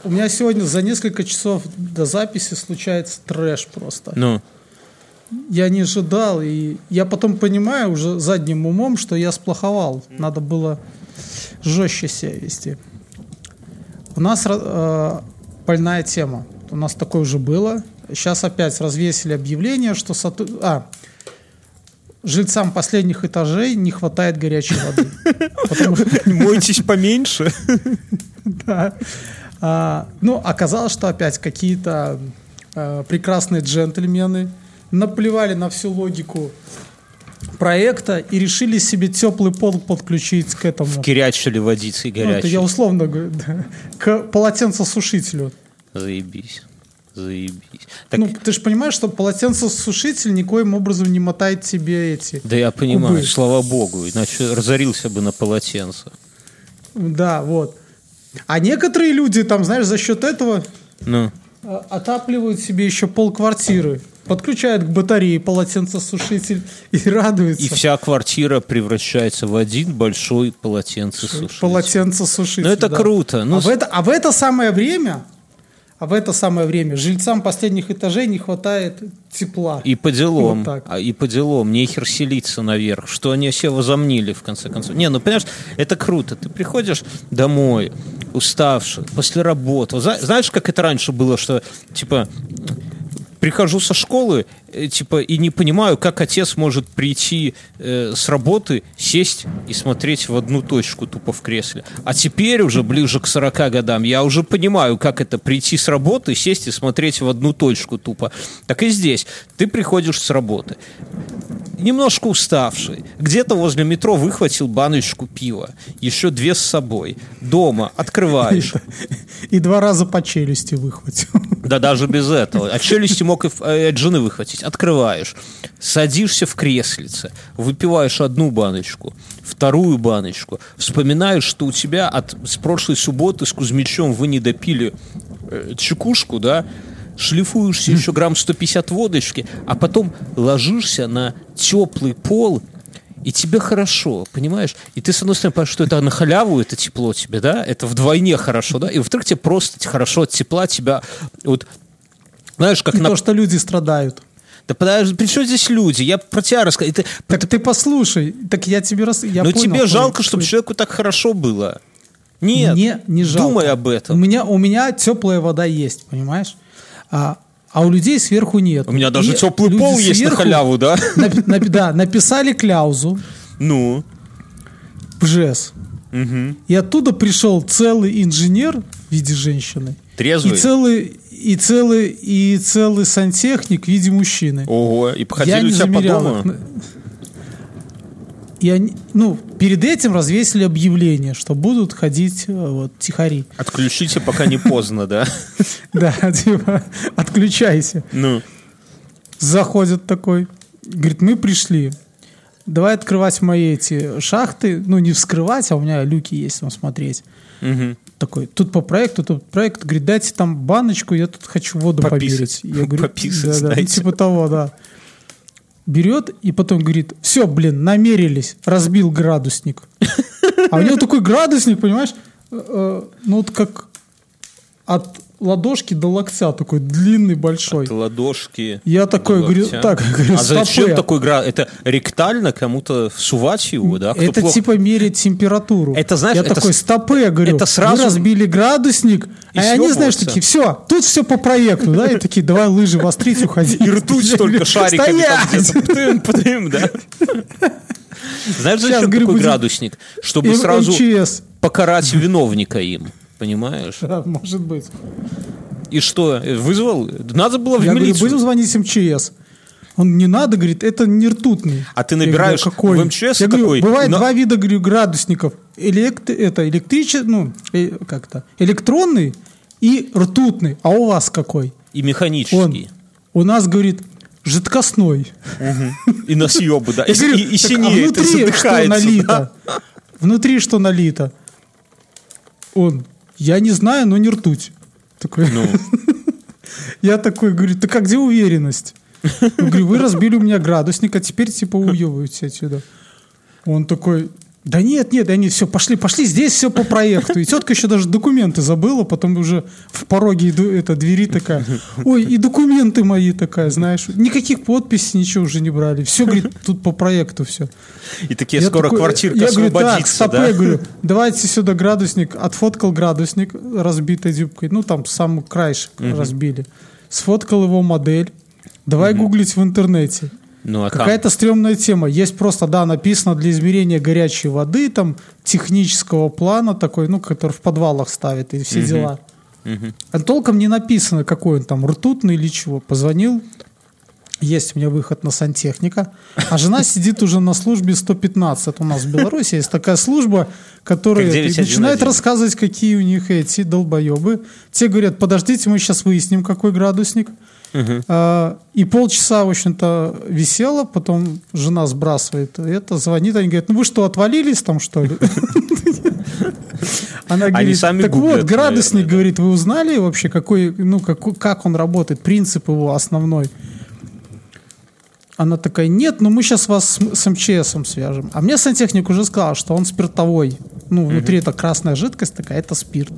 У меня сегодня за несколько часов до записи случается трэш просто. Ну. Я не ожидал, и я потом понимаю уже задним умом, что я сплоховал. Надо было жестче себя вести. У нас больная тема. У нас такое уже было. Сейчас опять развесили объявление, что жильцам последних этажей не хватает горячей воды. Мойтесь поменьше. Да. Оказалось, что опять какие-то прекрасные джентльмены наплевали на всю логику проекта и решили себе теплый пол подключить к этому. Вкирячили водицей горячей. Это я условно говорю, да, к полотенцесушителю. Заебись. Так... ты же понимаешь, что полотенцесушитель никоим образом не мотает тебе эти Да я понимаю, кубы. слава богу, иначе разорился бы на полотенце. Да, вот. А некоторые люди, там, знаешь, за счет этого отапливают себе еще полквартиры. Подключают к батарее полотенцесушитель и радуются. И вся квартира превращается в один большой полотенцесушитель. Полотенцесушитель, это да. круто. В это самое время жильцам последних этажей не хватает тепла. И по делам. Вот И по делам. Нехер селиться наверх. Что они все возомнили, в конце концов. Понимаешь, это круто. Ты приходишь домой, уставший, после работы. Знаешь, как это раньше было, что, прихожу со школы, и не понимаю, как отец может прийти с работы, сесть и смотреть в одну точку тупо в кресле. А теперь уже ближе к 40 годам я уже понимаю, как это прийти с работы, сесть и смотреть в одну точку тупо. Так и здесь. Ты приходишь с работы, немножко уставший, где-то возле метро выхватил баночку пива, еще 2 с собой. Дома открываешь. И 2 раза по челюсти выхватил. Да даже без этого. От челюсти мог и от жены выхватить. Открываешь, садишься в креслице, выпиваешь 1 баночку, 2 баночку, вспоминаешь, что у тебя с прошлой субботы с Кузьмичем вы не допили чекушку, да, шлифуешься еще грамм 150 водочки, а потом ложишься на теплый пол, и тебе хорошо, понимаешь? И ты, с одной стороны, понимаешь, что это на халяву, это тепло тебе, да? Это вдвойне хорошо, да? И во-вторых, тебе просто хорошо от тепла тебя... Вот, знаешь, как то, что люди страдают. Да подожди, при чем здесь люди? Я про тебя рассказываю. Ты послушай. Так я тебе понял, тебе жалко, чтобы человеку так хорошо было. Нет, не жалко. Думай об этом. У меня теплая вода есть, понимаешь? А у людей сверху нет. У меня даже теплый пол есть на халяву, да? Да, написали кляузу. Ну? В ЖЭС. Угу. И оттуда пришел целый инженер в виде женщины. Трезвый? И целый сантехник в виде мужчины. Ого, и походили у тебя по дому? И они, перед этим развесили объявление, что будут ходить тихари. Отключите, пока не поздно, да? Да, отключайся. Заходит такой, говорит, мы пришли. Давай открывать мои эти шахты. Не вскрывать, а у меня люки есть, там смотреть. Такой, тут проект. Говорит, дайте там баночку, я тут хочу воду померить. Я говорю, пописать, типа того, да. Берет и потом говорит, все, намерились, разбил градусник. А у него такой градусник, понимаешь, как от ладошки до локтя, такой длинный, большой. От ладошки я такой говорю, зачем такой градусник? Это ректально кому-то всувать его, да? Это мерить температуру. Это, знаешь, я такой, стопы, я говорю, это сразу... вы разбили градусник, и они, знаешь, такие, все, тут все по проекту, да, и такие, давай лыжи вострить, уходи. И ртуть только шариками там где-то, да? Знаешь, зачем такой градусник? Чтобы сразу покарать виновника им. Понимаешь? Да, может быть. И что, вызвал? Надо было в милицию. Я говорю, будем звонить МЧС. Он, не надо, говорит, это не ртутный. А ты набираешь в МЧС я говорю, такой... Бывает 2 вида, говорю, градусников. Электронный и ртутный. А у вас какой? И механический. У нас, говорит, жидкостной. И на съебы, да. И синее, это задыхается. Внутри что налито? Я не знаю, но не ртуть. Такой. Я такой, говорю, так а где уверенность? Я говорю, вы разбили у меня градусник, а теперь уебываете отсюда. Он такой, Да нет, они все, пошли, здесь все по проекту. И тетка еще даже документы забыла, потом уже в пороге двери такая, ой, и документы мои такая, знаешь. Никаких подписей, ничего уже не брали. Все, говорит, тут по проекту все. И такие, скоро квартирка освободится, да? Я говорю, так, стопы, я говорю, давайте сюда градусник. Отфоткал градусник разбитой дюбкой. Ну, там самый краешек разбили. Сфоткал его модель. Давай гуглить в интернете. Ну, какая-то стрёмная тема. Есть просто, да, написано для измерения горячей воды, там, технического плана такой, ну, который в подвалах ставят и все дела. А толком не написано, какой он там, ртутный или чего. Позвонил, есть у меня выход на сантехника, а жена сидит уже на службе 115. Это у нас в Беларуси есть такая служба, которая начинает рассказывать, какие у них эти долбоебы. Те говорят, подождите, мы сейчас выясним, какой градусник. И полчаса, в общем-то, висела, потом жена сбрасывает это, звонит, они говорят, ну вы что, отвалились там, что ли? Она говорит, так вот, градусник, говорит, вы узнали вообще, как он работает, принцип его основной? Она такая, нет, но мы сейчас вас с МЧСом свяжем. А мне сантехник уже сказал, что он спиртовой. Ну, внутри это красная жидкость такая, это спирт.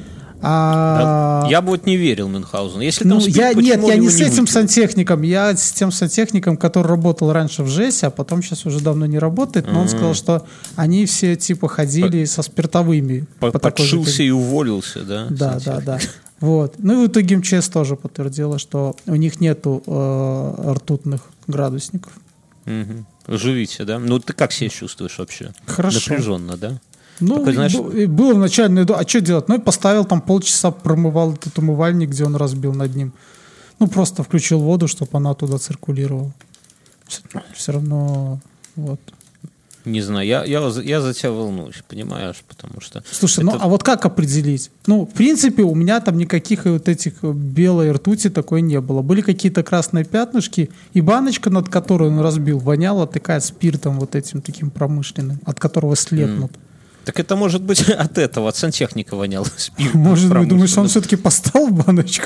Я бы вот не верил Мюнхгаузену. Если там я не с этим сантехником, я с тем сантехником, который работал раньше в ЖЭСе, а потом сейчас уже давно не работает, но он сказал, что они все типа ходили со спиртовыми. Подшился и уволился, да? Да. Вот. Ну и в итоге МЧС тоже подтвердила, что у них нету ртутных градусников. Живите, да? Ну ты как себя чувствуешь вообще? Хорошо. Напряженно, да? Ну, такой, знаешь... было вначале, а что делать? Ну, я поставил, там полчаса промывал этот умывальник, где он разбил над ним. Ну, просто включил воду, чтобы она туда циркулировала. Все равно, вот. Не знаю, я за тебя волнуюсь, понимаешь, потому что... Слушай, ну, а вот как определить? Ну, в принципе, у меня там никаких вот этих белой ртути такой не было. Были какие-то красные пятнышки, и баночка, над которой он разбил, воняла такая спиртом вот этим таким промышленным, от которого слепнут. Так это может быть от этого, от сантехника воняло спирт. Может быть, думаешь, он все-таки поставил баночку?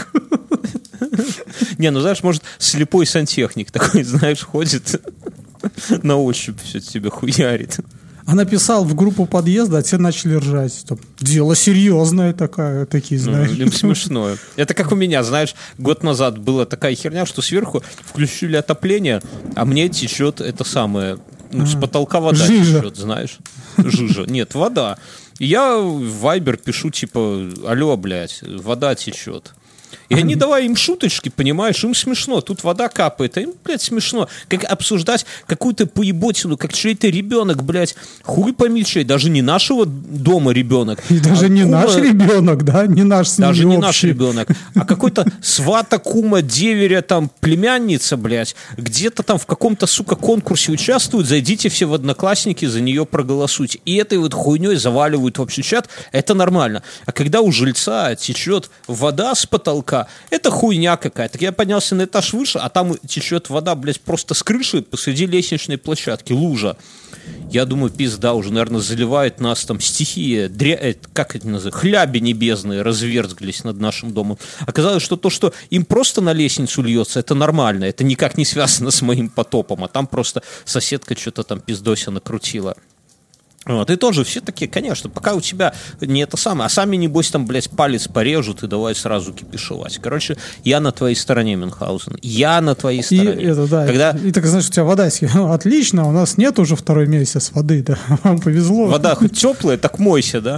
Не, ну знаешь, может, слепой сантехник такой, знаешь, ходит на ощупь, все тебе хуярит. А написал в группу подъезда, а те начали ржать. Там, дело серьезное такие, знаешь. Им смешное. Это как у меня, знаешь, год назад была такая херня, что сверху включили отопление, а мне течет это самое... Ну, с потолка вода течет, знаешь. Жижа. Нет, вода. И я в Вайбер пишу, типа, алло, блядь, вода течет. И они давай им шуточки, понимаешь, им смешно. Тут вода капает, а им, блядь, смешно. Как обсуждать какую-то поеботину, как чей-то ребенок, блядь, хуй пойми чей, даже не нашего дома ребенок. И даже не наш ребенок, да? Не наш с ними даже не общий. Наш ребенок, а какой-то свата, кума, деверя, там, племянница, блядь, где-то там в каком-то, сука, конкурсе участвуют, зайдите все в Одноклассники, за нее проголосуйте. И этой вот хуйней заваливают в общий чат, это нормально. А когда у жильца течет вода с потолка, это хуйня какая-то. Я поднялся на этаж выше, а там течет вода, блядь, просто с крыши посреди лестничной площадки, лужа. Я думаю, пизда, уже, наверное, заливает нас там стихия, как это называется, хляби небесные разверзглись над нашим домом. Оказалось, что то, что им просто на лестницу льется, это нормально, это никак не связано с моим потопом, а там просто соседка что-то там пиздося накрутила. Вот, и тоже все такие, конечно, пока у тебя не это самое, а сами, небось, там, блядь, палец порежут и давай сразу кипишевать. Короче, я на твоей стороне, Мюнхгаузен. Я на твоей стороне. И это, да, и так, знаешь, у тебя вода есть. Ну, отлично, у нас нет уже второй месяц воды, да, вам повезло. Вода хоть теплая, так мойся, да.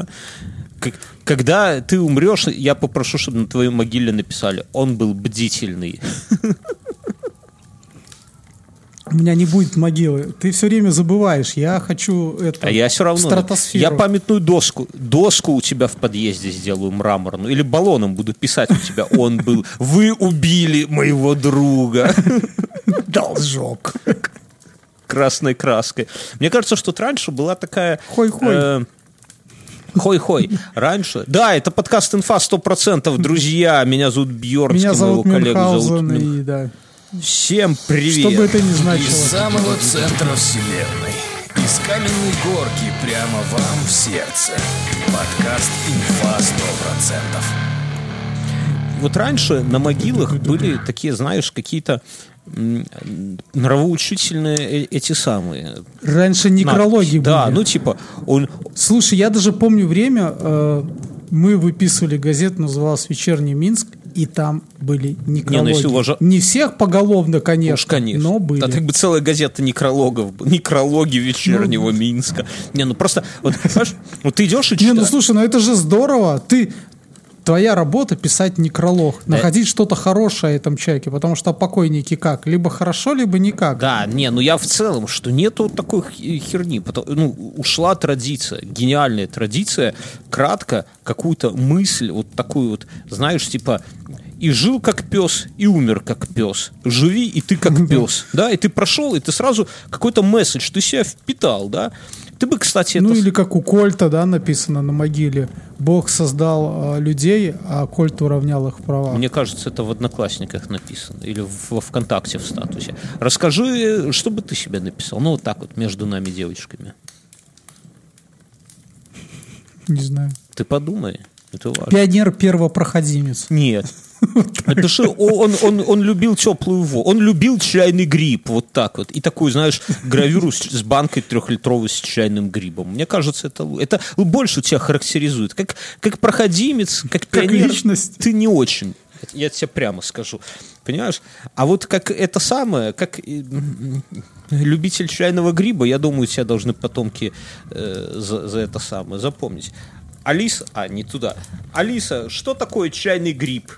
Когда ты умрешь, я попрошу, чтобы на твоей могиле написали: он был бдительный. У меня не будет могилы. Ты все время забываешь. Я хочу это. А я все равно. Стратосферу. Я памятную доску у тебя в подъезде сделаю мраморную. Или баллоном буду писать у тебя. Он был. Вы убили моего друга. Должок. Красной краской. Мне кажется, что раньше была такая... Хой-хой. Хой-хой. Раньше. Да, это подкаст «Инфа» 100%. Друзья, меня зовут Бьернский. Меня зовут Мюнхгаузен. И да. Всем привет! Что бы это ни значило. Из самого центра вселенной, из каменной горки прямо вам в сердце. Подкаст «Инфа 100%». Вот раньше на могилах были такие, знаешь, какие-то нравоучительные эти самые. Раньше некрологи были. Да, ну типа он... Слушай, я даже помню время, мы выписывали газету, называлась «Вечерний Минск», и там были некрологи. Не всех поголовно, конечно, уж, конечно, но были. Да, так бы целая газета некрологов, некрологи вечернего Минска. Не, ну просто, вот, понимаешь, вот ты идешь и читаешь. Не, ну слушай, ну это же здорово. Твоя работа — писать некролог, находить что-то хорошее о этом человеке, потому что покойники как? Либо хорошо, либо никак. Да, не, ну я в целом, что нету такой херни. Ну, ушла традиция, гениальная традиция, кратко какую-то мысль, вот такую вот, знаешь, типа... И жил как пес, и умер как пес. Живи, и ты как пес. Да, и ты прошел, и ты сразу какой-то месседж, ты себя впитал, да. Ты бы, кстати, ну, или как у Кольта, да, написано на могиле. Бог создал людей, а Кольт уравнял их права. Мне кажется, это в Одноклассниках написано. Или во ВКонтакте в статусе. Расскажи, что бы ты себе написал? Ну, вот так вот, между нами девочками. Не знаю. Ты подумай. Это важно. Пионер-первопроходимец. Нет. Напиши, он любил теплую воду, он любил чайный гриб, вот так вот. И такую, знаешь, гравюру с банкой 3-литровой с чайным грибом. Мне кажется, это больше тебя характеризует. Как проходимец, как пионер. Как личность. Ты не очень. Я тебе прямо скажу. Понимаешь? А вот как это самое, как любитель чайного гриба, я думаю, тебя должны потомки за это самое запомнить. Алиса, не туда. Алиса, что такое чайный гриб?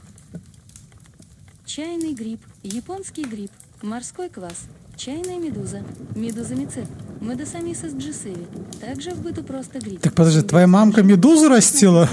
Чайный гриб, японский гриб, морской квас, чайная медуза, медуза мицет, медосамисис джисеви. Также в быту просто гриб. Так подожди, твоя мамка медузу растила?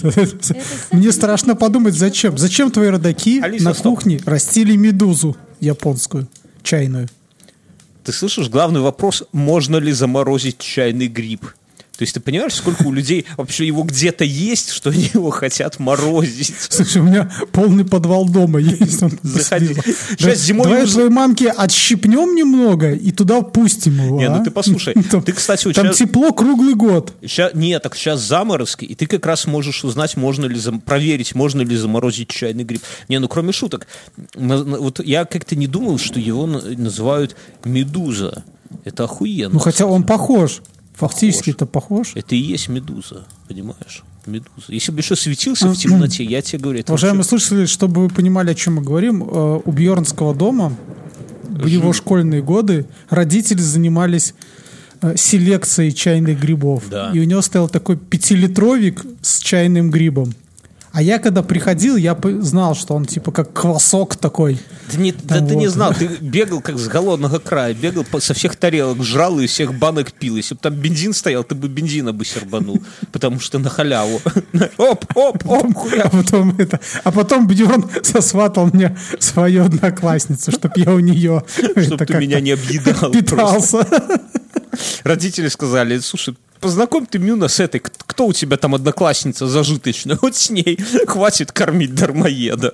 Мне страшно подумать, зачем? Зачем твои родаки на кухне растили медузу японскую, чайную? Ты слышишь, главный вопрос, можно ли заморозить чайный гриб? То есть ты понимаешь, сколько у людей вообще его где-то есть, что они его хотят морозить? Слушай, у меня полный подвал дома есть. Заходи. Сейчас зимой... Давай твоей мамке отщипнем немного и туда пустим его. Не, ну ты послушай. Ты, кстати, там тепло круглый год. Нет, так сейчас заморозки, и ты как раз можешь узнать, проверить, можно ли заморозить чайный гриб. Не, ну кроме шуток. Вот я как-то не думал, что его называют медуза. Это охуенно. Ну хотя он похож. Фактически-то похож. Это и есть медуза, понимаешь? Медуза. Если бы еще светился в темноте, я тебе говорю... Уважаемые слушатели, чтобы вы понимали, о чем мы говорим, у Бьернского дома в его школьные годы родители занимались селекцией чайных грибов. Да. И у него стоял такой 5-литровик с чайным грибом. А я когда приходил, я знал, что он типа как квасок такой. Ты не знал, ты бегал как с голодного края, бегал со всех тарелок, жрал и из всех банок пил. Если бы там бензин стоял, ты бы бензина бы сербанул, потому что на халяву. Оп, хуя. А потом Бьерн сосватал мне свою одноклассницу, чтоб я у нее... Чтоб ты меня не объедал. Питался. Родители сказали, слушай, познакомь ты Мюна с этой, кто у тебя там одноклассница зажиточная, вот с ней хватит кормить дармоеда.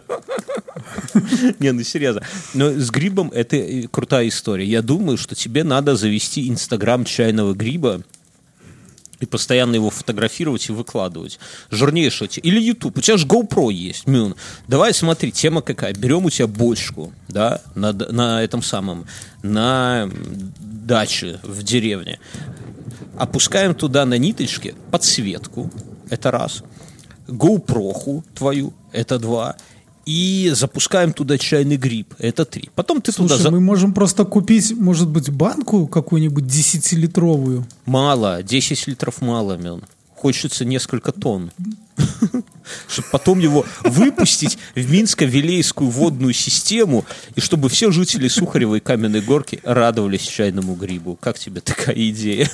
Не, ну серьезно. Но с грибом это крутая история. Я думаю, что тебе надо завести инстаграм чайного гриба и постоянно его фотографировать и выкладывать. Жирнейшее. Или YouTube. У тебя же GoPro есть, Мюн. Давай смотри, тема какая. Берем у тебя бочку, да, на этом самом, на даче в деревне. Опускаем туда на ниточке подсветку, это раз, GoPro твою, это 2, и запускаем туда чайный гриб, это 3. Потом ты туда... мы можем просто купить, может быть, банку какую-нибудь 10-литровую. Мало, 10 литров мало, Мён. Хочется несколько тонн. Чтобы потом его выпустить в Минско-Вилейскую водную систему, и чтобы все жители Сухарева и Каменной Горки радовались чайному грибу. Как тебе такая идея?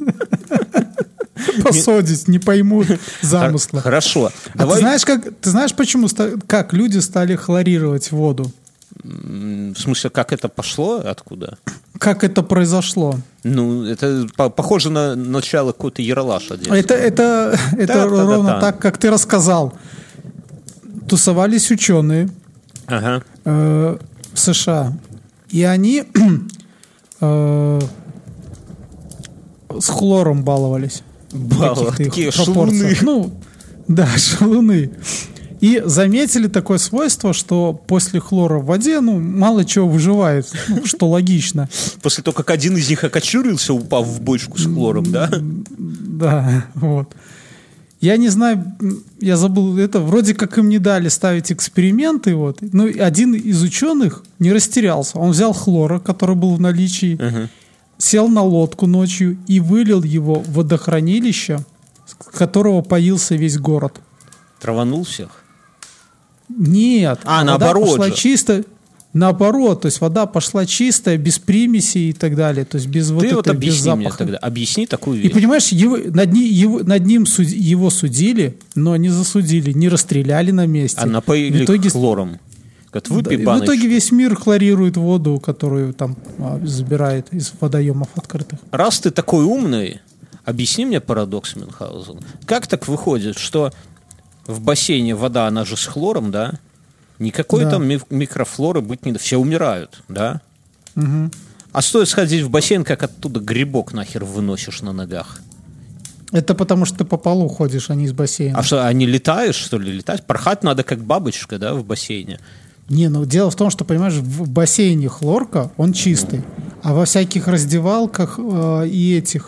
Посадить, не пойму замысла. Хорошо. А ты знаешь, почему, как люди стали хлорировать воду? В смысле, как это пошло? Откуда? Как это произошло? Ну, это похоже на начало какого-то яролаша. Это ровно так, как ты рассказал. Тусовались ученые в США. И они с хлором баловались. Такие шалуны. Ну, да, шалуны. И заметили такое свойство, что после хлора в воде, мало чего выживает, что логично. После того, как один из них окочурился, упав в бочку с хлором, да? Да, вот. Я не знаю, я забыл, это вроде как им не дали ставить эксперименты, вот. Но один из ученых не растерялся. Он взял хлора, который был в наличии, сел на лодку ночью и вылил его в водохранилище, с которого поился весь город. Траванул всех? Нет. Наоборот пошла же. чисто. Наоборот, то есть вода пошла чистая, без примесей и так далее, то есть без вот Ты этой, без объясни запаха. мне тогда, объясни такую И вещь. понимаешь, над ним его судили, но не засудили, не расстреляли на месте. А напоили в итоге, хлором. Говорят, выпей в баночку. итоге весь мир хлорирует воду, которую там забирает из водоемов открытых. Раз ты такой умный, объясни мне парадокс Мюнхгаузена. Как так выходит, что в бассейне вода, она же с хлором, да? Никакой Да. там микрофлоры быть не... Все умирают, да? Угу. А стоит сходить в бассейн, как оттуда грибок нахер выносишь на ногах. Это потому, что ты по полу ходишь, а не из бассейна. А что, не летаешь, что ли, летать? Порхать надо, как бабочка, да, в бассейне. Не, дело в том, что, понимаешь, в бассейне хлорка, он чистый. А во всяких раздевалках и этих...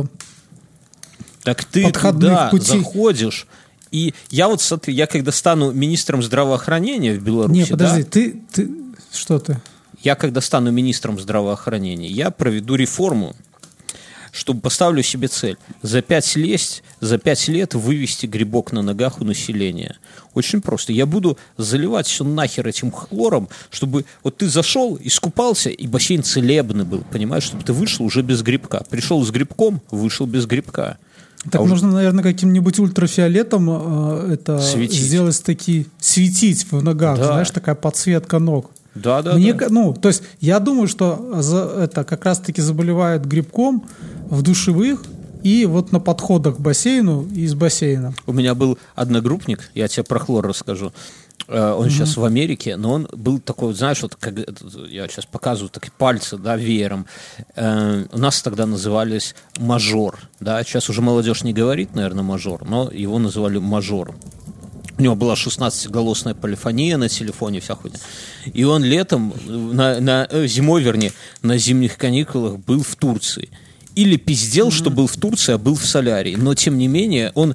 Так ты подходных туда путей. заходишь, и я вот смотри, я когда стану министром здравоохранения в Беларуси, Не, подожди, да, ты... Что ты? я когда стану министром здравоохранения, я проведу реформу, чтобы поставлю себе цель за 5 лет вывести грибок на ногах у населения. Очень просто. Я буду заливать все нахер этим хлором, чтобы вот ты зашел, искупался, и бассейн целебный был, понимаешь, чтобы ты вышел уже без грибка. Пришел с грибком, вышел без грибка. Так нужно, наверное, каким-нибудь ультрафиолетом Светить. сделать такие, светить в ногах, Да. знаешь, такая подсветка ног. Да. То есть я думаю, что это как раз-таки заболевают грибком в душевых и вот на подходах к бассейну и из бассейна. У меня был одногруппник, я тебе про хлор расскажу. Он сейчас в Америке, но он был такой, вот, знаешь, вот как я сейчас показываю такие пальцы, да, веером. У нас тогда назывались мажор, да, сейчас уже молодежь не говорит, наверное, мажор, но его называли мажор. У него была 16-голосная полифония на телефоне, вся хуйня. И он летом, зимой, вернее, на зимних каникулах был в Турции. Или пиздел, что был в Турции, а был в солярии. Но, тем не менее, он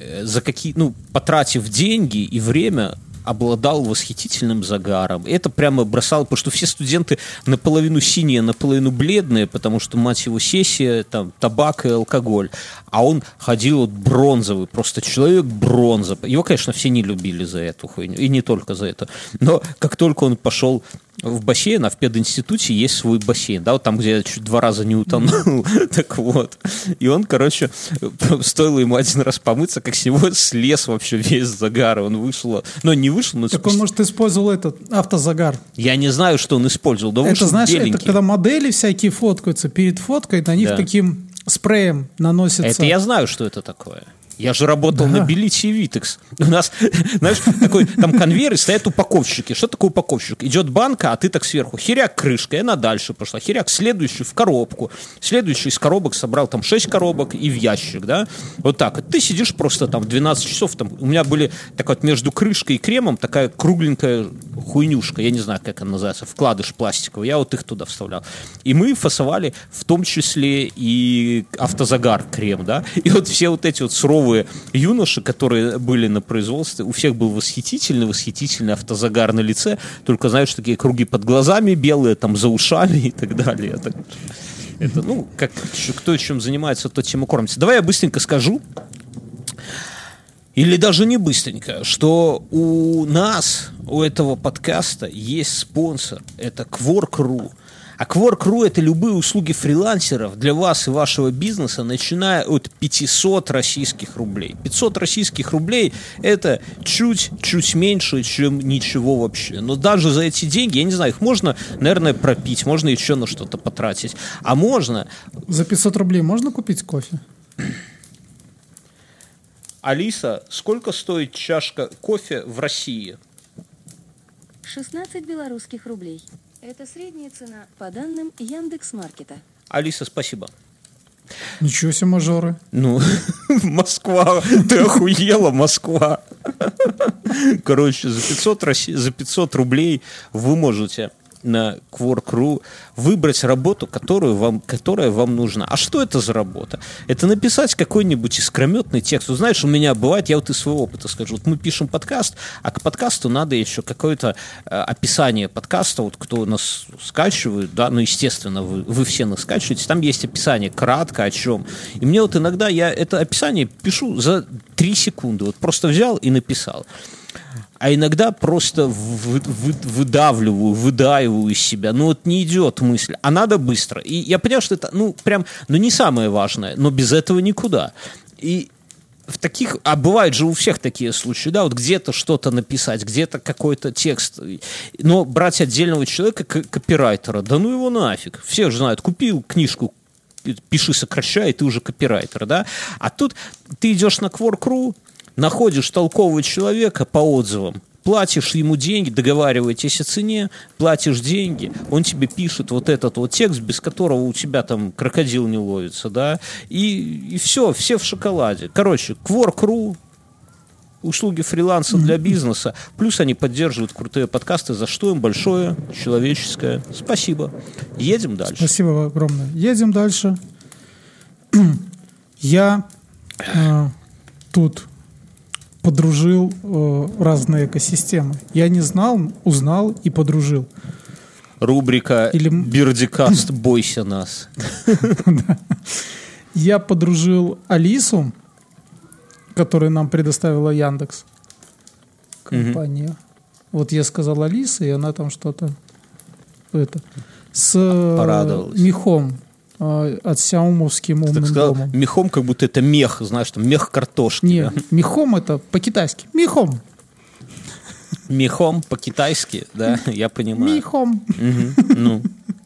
потратив деньги и время, обладал восхитительным загаром. Это прямо бросало, потому что все студенты наполовину синие, наполовину бледные, потому что, мать его, сессия, там, табак и алкоголь. А он ходил вот бронзовый, просто человек бронза. Его, конечно, все не любили за эту хуйню, и не только за это. Но как только он пошел в бассейн, а в пединституте есть свой бассейн, да, вот там, где я чуть 2 раза не утонул, так вот. И он, короче, стоило ему 1 раз помыться, как с него слез вообще весь загар, он вышел, но не вышел, но... Так он, может, использовал этот автозагар. Я не знаю, что он использовал, но вышел Это, знаешь, беленький. это когда модели всякие фоткаются, перед фоткой на них Да. таким спреем наносится. Это я знаю, что это такое. Я же работал Да. на Белите и Витекс. У нас, знаешь, такой, там конвейер, и стоят упаковщики. Что такое упаковщик? Идет банка, а ты так сверху. Херяк крышка, и она дальше пошла. Херяк следующую в коробку. Следующий из коробок собрал там 6 коробок и в ящик, да? Вот так. И ты сидишь просто там 12 часов. Там, у меня были так вот между крышкой и кремом такая кругленькая хуйнюшка. Я не знаю, как она называется. Вкладыш пластиковый. Я вот их туда вставлял. И мы фасовали в том числе и автозагар крем, да? И вот все вот эти вот суровые юноши, которые были на производстве, у всех был восхитительный автозагар на лице, только, знаешь, такие круги под глазами белые, там, за ушами и так далее. Это как кто чем занимается, тот чем и кормится. Давай я быстренько скажу, или даже не быстренько, что у нас, у этого подкаста есть спонсор, это Quark.ru. А Quark.ru — это любые услуги фрилансеров для вас и вашего бизнеса, начиная от 500 российских рублей. 500 российских рублей — это чуть меньше, чем ничего вообще. Но даже за эти деньги, я не знаю, их можно, наверное, пропить, можно еще на что-то потратить. А можно... За 500 рублей можно купить кофе? Алиса, сколько стоит чашка кофе в России? 16 белорусских рублей. Это средняя цена по данным Яндекс.Маркета. Алиса, спасибо. Ничего себе, мажоры. Москва, ты охуела, Москва. Короче, за 500 рублей вы можете на Quark.ru выбрать работу, которая вам нужна. А что это за работа? Это написать какой-нибудь искрометный текст. Вы знаешь, у меня бывает, я вот из своего опыта скажу, вот мы пишем подкаст, а к подкасту надо еще какое-то описание подкаста, вот кто нас скачивает, да, ну, естественно, вы все нас скачиваете, там есть описание, кратко о чем. И мне вот иногда я это описание пишу за 3 секунды, вот просто взял и написал. А иногда просто выдаиваю из себя. Ну, вот не идет мысль. А надо быстро. И я понял, что это, не самое важное, но без этого никуда. И в таких... А бывают же у всех такие случаи, да, вот где-то что-то написать, где-то какой-то текст. Но брать отдельного человека, копирайтера, да ну его нафиг. Все же знают, купил книжку, пиши, сокращай, и ты уже копирайтер, да. А тут ты идешь на Quark.ru, находишь толкового человека по отзывам, платишь ему деньги, договариваетесь о цене, платишь деньги, он тебе пишет вот этот вот текст, без которого у тебя там крокодил не ловится, да, и все в шоколаде. Короче, Quark.ru, услуги фриланса для бизнеса, плюс они поддерживают крутые подкасты, за что им большое человеческое спасибо. Едем дальше. Спасибо огромное. Едем дальше. Я тут подружил разные экосистемы. Я не знал, узнал и подружил. Рубрика «Бердикаст. Бойся нас». Я подружил Алису, которую нам предоставила Яндекс. Компания. Вот я сказал Алиса, и она там что-то с мехом. От Сяумовским умным домом. Мехом, как будто это мех, знаешь, там мех картошки. Нет, да? мехом это по-китайски. Мехом. Мехом по-китайски, да, я понимаю. Мехом. Ну.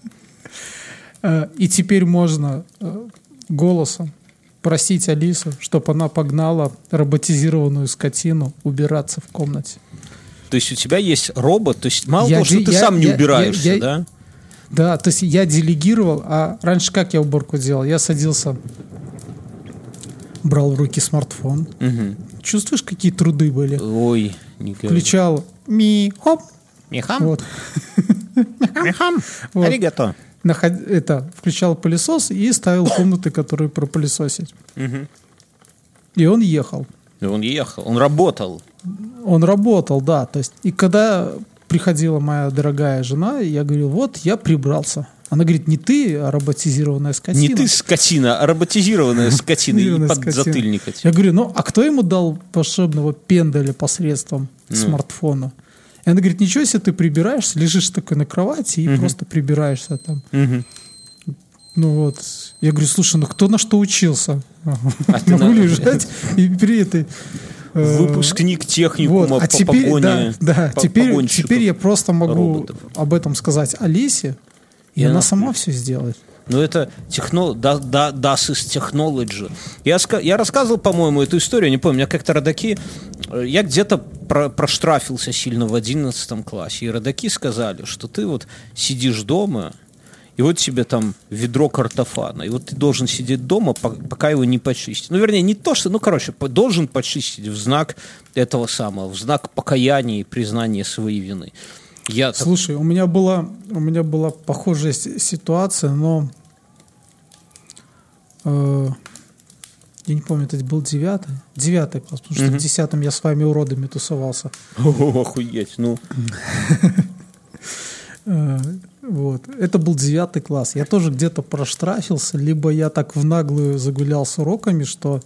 И теперь можно голосом просить Алису, чтобы она погнала роботизированную скотину убираться в комнате. То есть у тебя есть робот, то есть мало того, что ты сам не убираешься, да? Да, то есть я делегировал, а раньше как я уборку делал? Я садился, брал в руки смартфон. Чувствуешь, какие труды были? Ой, не говори. Включал ми-хоп. Мехам? Вот. Мехам. Аригато. Включал пылесос и ставил комнаты, которые пропылесосить. И он ехал. Он работал. Он работал, да. То есть, и когда приходила моя дорогая жена, я говорил, вот, я прибрался. Она говорит, не ты, а роботизированная скотина. Не ты скотина, а роботизированная скотина. И подзатыльник. Я говорю, а кто ему дал волшебного пендаля посредством смартфона? И она говорит, ничего себе, ты прибираешься, лежишь такой на кровати и просто прибираешься там. Ну вот. Я говорю, слушай, кто на что учился? Могу лежать и при этой... Выпускник техникума вот. по погоне. Да, теперь я просто могу об этом сказать Алисе, и она сама все сделает. Ну, это das ist technology. Я рассказывал, по-моему, эту историю, не помню, у меня как-то родаки... Я где-то проштрафился сильно в 11 классе, и родаки сказали, что ты вот сидишь дома, и вот тебе там ведро картофана, и вот ты должен сидеть дома, пока его не почистить. Ну, вернее, не то, что... Ну, короче, должен почистить в знак этого самого, в знак покаяния и признания своей вины. Слушай, у меня была похожая ситуация, но... я не помню, это был 9 класс, потому что в 10 я с вами уродами тусовался. Охуеть, ну... Вот. Это был 9 класс. Я тоже где-то проштрафился, либо я так в наглую загулял с уроками, что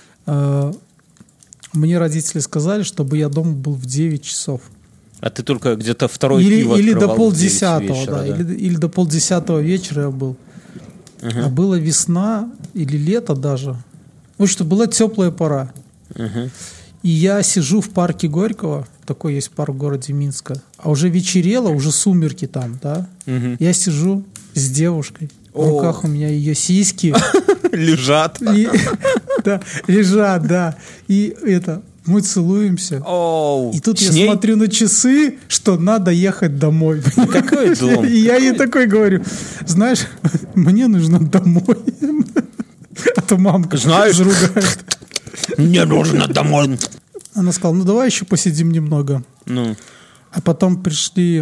мне родители сказали, чтобы я дома был в 9 часов. А ты только где-то второй пиво или до открывал 9:30, да, или до 9:30 вечера я был. А была весна или лето даже. В общем, была теплая пора. И я сижу в парке Горького, такой есть парк в городе Минска, а уже вечерело, уже сумерки там, да. Я сижу с девушкой, в руках у меня ее сиськи. Лежат. Да, лежат, да. И мы целуемся. И тут я смотрю на часы, что надо ехать домой. Какой дом? И я ей такой говорю, знаешь, мне нужно домой. А то мамка знаешь, ругает. Мне нужно домой. Она сказала, ну давай еще посидим немного. Ну. А потом пришли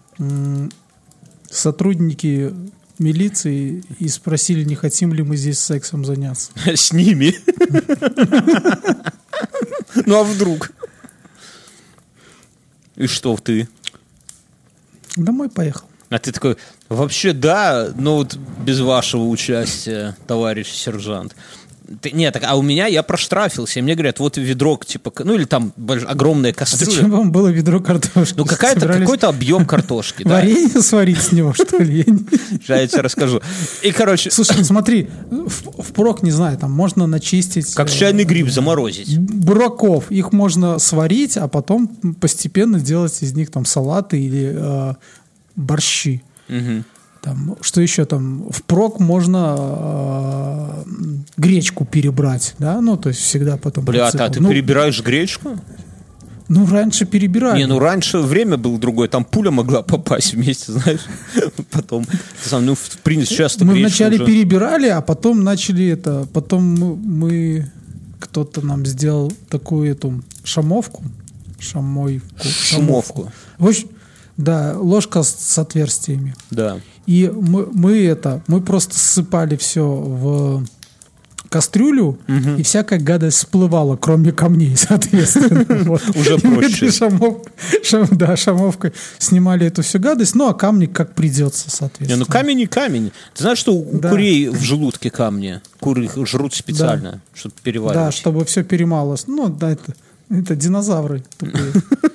сотрудники милиции и спросили, не хотим ли мы здесь сексом заняться. С ними? Ну а вдруг? И что ты? Домой поехал. А ты такой, вообще да, но вот без вашего участия, товарищ сержант. Нет, а у меня я проштрафился, и мне говорят, вот ведро, типа, ну или там огромная кастрюля. Зачем вам было ведро картошки? Ну какой-то объем картошки. Варенье сварить с него, что ли? Я тебе расскажу. И, короче... Слушай, смотри, впрок, не знаю, там можно начистить... Как чайный гриб заморозить. Бураков. Их можно сварить, а потом постепенно делать из них там салаты или борщи. Угу. Там, что еще там? Впрок можно гречку перебрать, да? Ну, то есть всегда потом... Бля, а ты перебираешь гречку? Ну, раньше перебирали. Не, ну раньше время было другое, там пуля могла попасть вместе, знаешь. Потом, ну, в принципе, часто мы вначале перебирали, а потом начали это... Потом мы... Кто-то нам сделал такую эту шамовку. Шамовку. В общем, да, ложка с отверстиями. Да. И мы просто ссыпали все в кастрюлю, и всякая гадость всплывала, кроме камней, соответственно. Уже проще. Шамовкой снимали эту всю гадость, ну а камни как придется, соответственно. Не, ну камень и камень. Ты знаешь, что у курей в желудке камни? Куры их жрут специально, чтобы переваривать. Да, чтобы все перемалось. Ну, да, это динозавры тупые.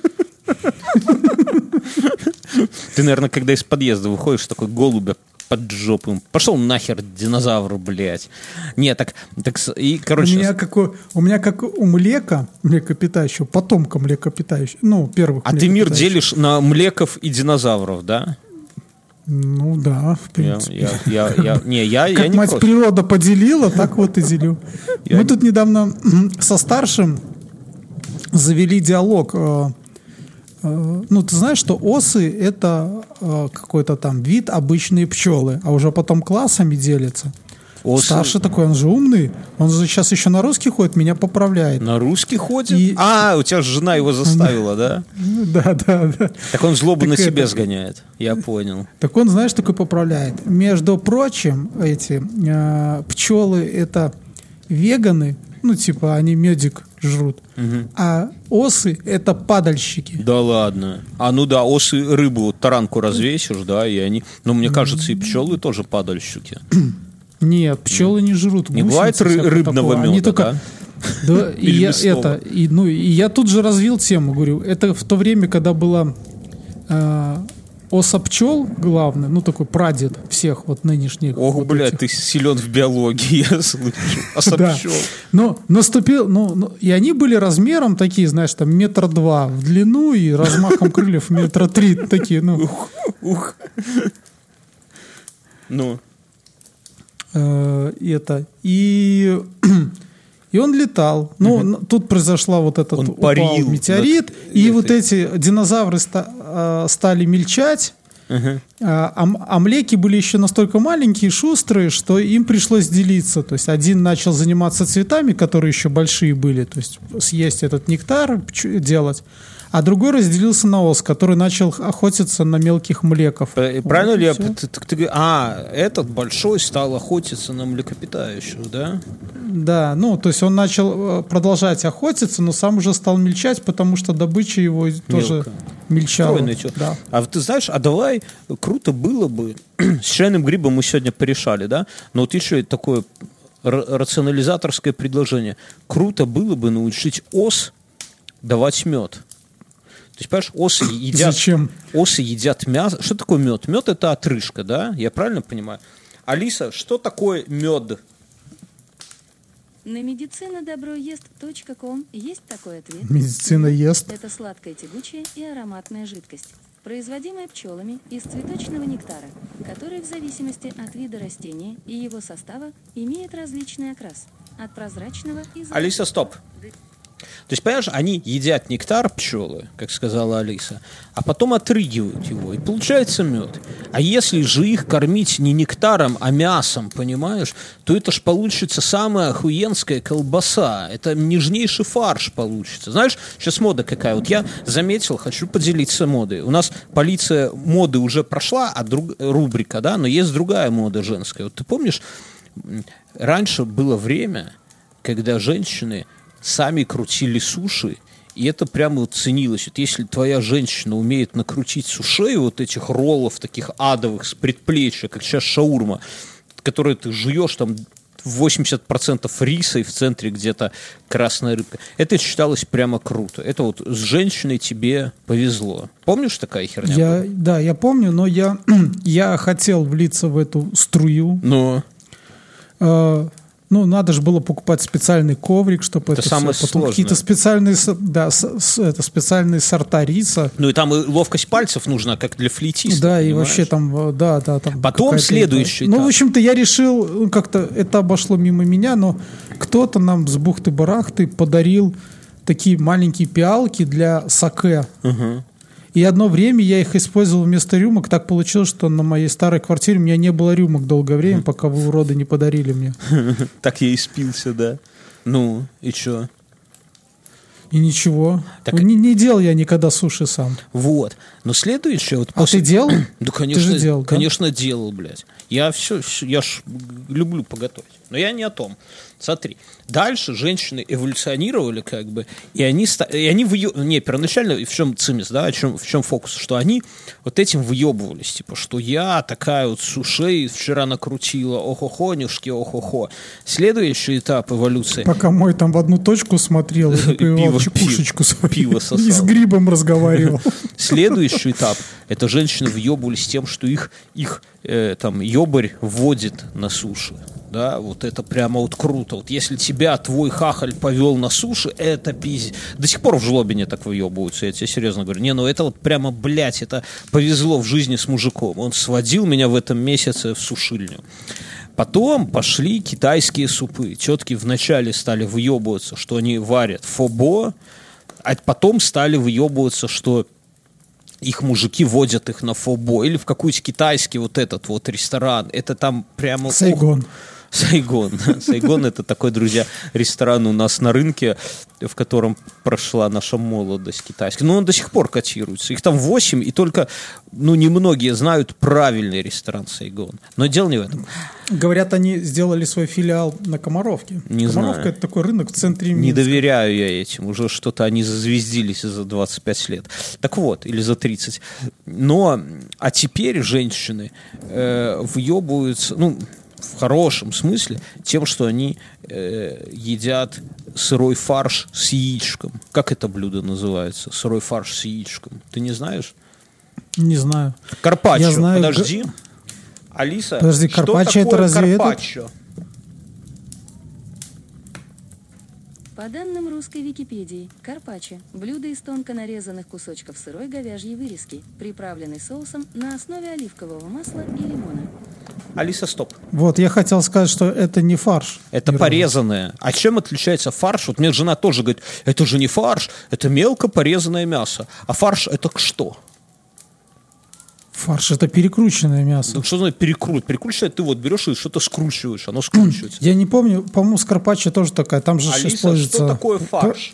Ты, наверное, когда из подъезда выходишь, такой голубя под жопу. Пошел нахер, динозавр, блядь. Нет, так и, короче... У меня как у млекопитающего, потомка млекопитающего, ну, первых А ты мир делишь на млеков и динозавров, да? Ну, да, в принципе. Я не мать против. Природа поделила, так вот и делю. Мы тут недавно со старшим завели диалог. Ну, ты знаешь, что осы — это какой-то там вид обычные пчелы, а уже потом классами делятся. Осы... Старший такой, он же умный, он же сейчас еще на русский ходит, меня поправляет. На русский ходит? У тебя же жена его заставила, да? Да. Так он злобу на себе сгоняет, я понял. Так он, знаешь, такой поправляет. Между прочим, эти пчелы — это веганы, ну, типа, они медик жрут. А осы — это падальщики. Да ладно. Ну да, осы рыбу, таранку развесишь, да, и они... Но мне кажется, и пчелы тоже падальщики. Нет, пчелы не жрут. Не бывает рыбного меда, только... Да, и я тут же развил тему, говорю, это в то время, когда была оса пчел главный, ну такой прадед всех вот нынешних. Ох, вот блядь, этих. ты силен в биологии, я слышу. Оса пчел. Но наступил, и они были размером такие, знаешь, там 1,2 метра в длину и размахом крыльев 3 метра такие, ну. Ух. Ну. И он летал. Ну, тут произошла вот этот упал метеорит, и вот эти динозавры стали мельчать, а млеки были еще настолько маленькие, шустрые, что им пришлось делиться. То есть один начал заниматься цветами, которые еще большие были, то есть съесть этот нектар, делать. А другой разделился на ос, который начал охотиться на мелких млеков. Правильно ли я... этот большой стал охотиться на млекопитающих, да? Да, ну, то есть он начал продолжать охотиться, но сам уже стал мельчать, потому что добыча его тоже мельчала. Да. А ты знаешь, давай, круто было бы, с чайным грибом мы сегодня порешали, да? Но вот еще такое рационализаторское предложение. Круто было бы научить ос давать мед. То есть, понимаешь, осы едят... Зачем? Осы едят мясо. Что такое мед? Мед — это отрыжка, да? Я правильно понимаю? Алиса, что такое мед? На medicina-добро-ест.com есть такой ответ. Медицина ест. Это сладкая, тягучая и ароматная жидкость, производимая пчелами из цветочного нектара, который в зависимости от вида растения и его состава имеет различный окрас. От прозрачного и... Алиса, стоп. То есть, понимаешь, они едят нектар пчелы, как сказала Алиса, а потом отрыгивают его, и получается мед. А если же их кормить не нектаром, а мясом, понимаешь, то это ж получится самая охуенская колбаса. Это нежнейший фарш получится. Знаешь, сейчас мода какая. Вот я заметил, хочу поделиться модой. У нас полиция моды уже прошла, рубрика, да, но есть другая мода женская. Вот ты помнишь, раньше было время, когда женщины сами крутили суши, и это прямо вот ценилось. Вот если твоя женщина умеет накрутить сушей, вот этих роллов таких адовых с предплечья, как сейчас шаурма, которые ты жуешь, там 80% риса и в центре где-то красная рыбка, это считалось прямо круто. Это вот с женщиной тебе повезло. Помнишь такая херня? Да, я помню, но я хотел влиться в эту струю. Но... надо же было покупать специальный коврик, чтобы это самое все. Потом сложное. какие-то специальные, специальные сорта риса. Ну и там и ловкость пальцев нужна, как для флейтиста. Да, понимаешь? и вообще там, там потом следующий этап. в общем-то, я решил, как-то это обошло мимо меня, но кто-то нам с бухты-барахты подарил такие маленькие пиалки для саке. Угу. И одно время я их использовал вместо рюмок. Так получилось, что на моей старой квартире у меня не было рюмок долгое время, пока вы, уроды, не подарили мне. Так я и спился, да. Ну, и чё? И ничего. Так... Не делал я никогда суши сам. Вот. Но следующее... Вот после... А ты делал? Да, конечно, ты же делал, конечно, делал, блядь. Я ж люблю поготовить. Но я не о том. Смотри, дальше женщины эволюционировали, как бы, и они первоначально, в чем цимис, да, в чем фокус, что они вот этим выебывались, типа, что я такая вот сушей вчера накрутила, охохонюшки, охохо. Следующий этап эволюции. Пока мой там в одну точку смотрел, и выпивал чекушечку свою. Пиво сосал. И с грибом разговаривал. Следующий этап, это женщины въебывались тем, что их там ёбарь вводит на суши. Да, вот это прямо вот круто. Вот если тебя твой хахаль повел на суши, это пиздец. До сих пор в жлобине так выебываются, я тебе серьезно говорю. Ну это вот прямо, блядь, это повезло в жизни с мужиком. Он сводил меня в этом месяце в сушильню. Потом пошли китайские супы. Тетки вначале стали выебываться, что они варят фобо, а потом стали выебываться, что их мужики водят их на фобо или в какой-то китайский вот этот вот ресторан. Это там прямо... Сайгон. Сайгон — это такой, друзья, ресторан у нас на рынке, в котором прошла наша молодость китайская. Но он до сих пор котируется. Их там 8, и только, немногие знают правильный ресторан Сайгон. Но дело не в этом. Говорят, они сделали свой филиал на Комаровке. Не Комаровка знаю. — это такой рынок в центре Минска. Не доверяю я этим. Уже что-то они зазвездились за 25 лет. Так вот, или за 30. А теперь женщины въебываются, в хорошем смысле, тем, что они едят сырой фарш с яичком. Как это блюдо называется? Сырой фарш с яичком. Ты не знаешь? Не знаю. Карпаччо. Я знаю. Подожди. Алиса, подожди, что карпаччо такое это разве карпаччо? По данным русской Википедии, карпаччо – блюдо из тонко нарезанных кусочков сырой говяжьей вырезки, приправленный соусом на основе оливкового масла и лимона. Алиса, стоп. Вот, я хотел сказать, что это не фарш. Это порезанное. А чем отличается фарш? Вот мне жена тоже говорит, это же не фарш, это мелко порезанное мясо. А фарш это что? Фарш — это перекрученное мясо. Ну, что значит перекрут? Перекрученное ты вот берешь и что-то скручиваешь, оно скручивается. Я не помню, по-моему, с карпаччо тоже такая. Там же Алиса, используется... что такое фарш?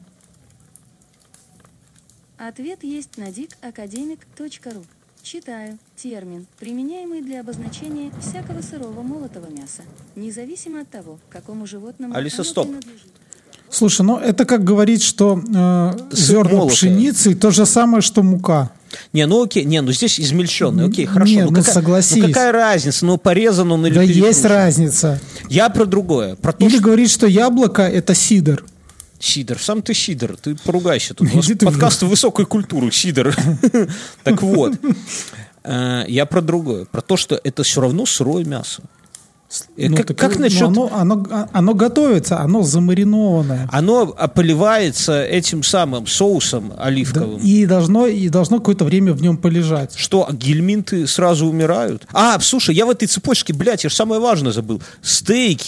Ответ есть на dicacademic.ru. Читаю. Термин, применяемый для обозначения всякого сырого молотого мяса, независимо от того, какому животному Алиса, оно стоп. принадлежит. Слушай, это как говорить, что зерна молотое. пшеницы то же самое, что мука. Окей, здесь измельченный, окей, хорошо. Нет, согласись. Какая разница, порезан он или Да перекручен? есть разница. Я про другое. Про то, Или что... говорить, что яблоко — это сидр. Сидор, сам ты сидор, ты поругайся тут. У нас Иди ты подкаст высокой культуры, сидор. Так вот, я про другое. Про то, что это все равно сырое мясо. Как насчет... Оно готовится, оно замаринованное. Оно поливается этим самым соусом оливковым. И должно какое-то время в нем полежать. Что, гельминты сразу умирают? Слушай, я в этой цепочке, я же самое важное забыл. Стейки.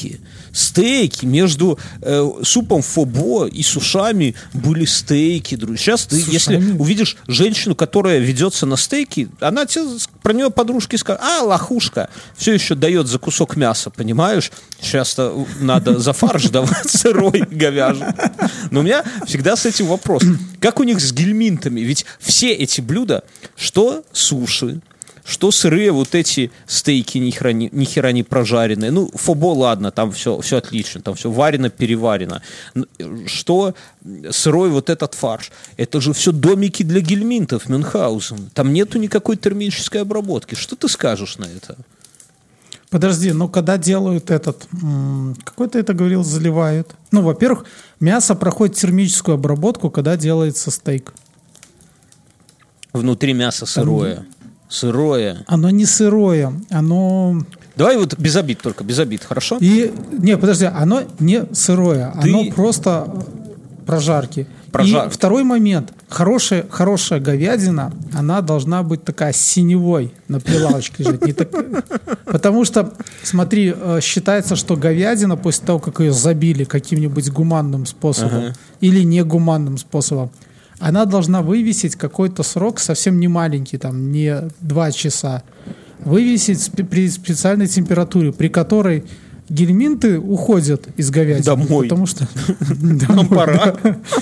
Стейки. Между супом фобо и сушами были стейки, друзья. Сейчас ты, если увидишь женщину, которая ведется на стейки, она тебе про нее подружки скажут: лохушка, все еще дает за кусок мяса, понимаешь? Часто надо за фарш давать сырой говяжий. Но у меня всегда с этим вопрос. Как у них с гельминтами? Ведь все эти блюда, что суши, что сырые вот эти стейки ни хера не прожаренные. Ну, фобо, ладно, там все отлично, там все варено, переварено. Что сырой вот этот фарш? Это же все домики для гельминтов, Мюнхгаузен. Там нету никакой термической обработки. Что ты скажешь на это? Подожди, когда делают какой ты это говорил, заливают? Ну, во-первых, мясо проходит термическую обработку, когда делается стейк. Внутри мясо сырое. Сырое. Оно не сырое, оно... Давай вот без обид только, без обид, хорошо? Подожди, оно не сырое, оно просто прожарки. И второй момент. Хорошая говядина, она должна быть такая синевой на прилавочке лежать. Потому что, смотри, считается, что говядина после того, как ее забили каким-нибудь гуманным способом или негуманным способом, она должна вывесить какой-то срок совсем не маленький, там, не 2 часа. Вывесить при специальной температуре, при которой гельминты уходят из говядины. Домой. Потому что... Нам пора.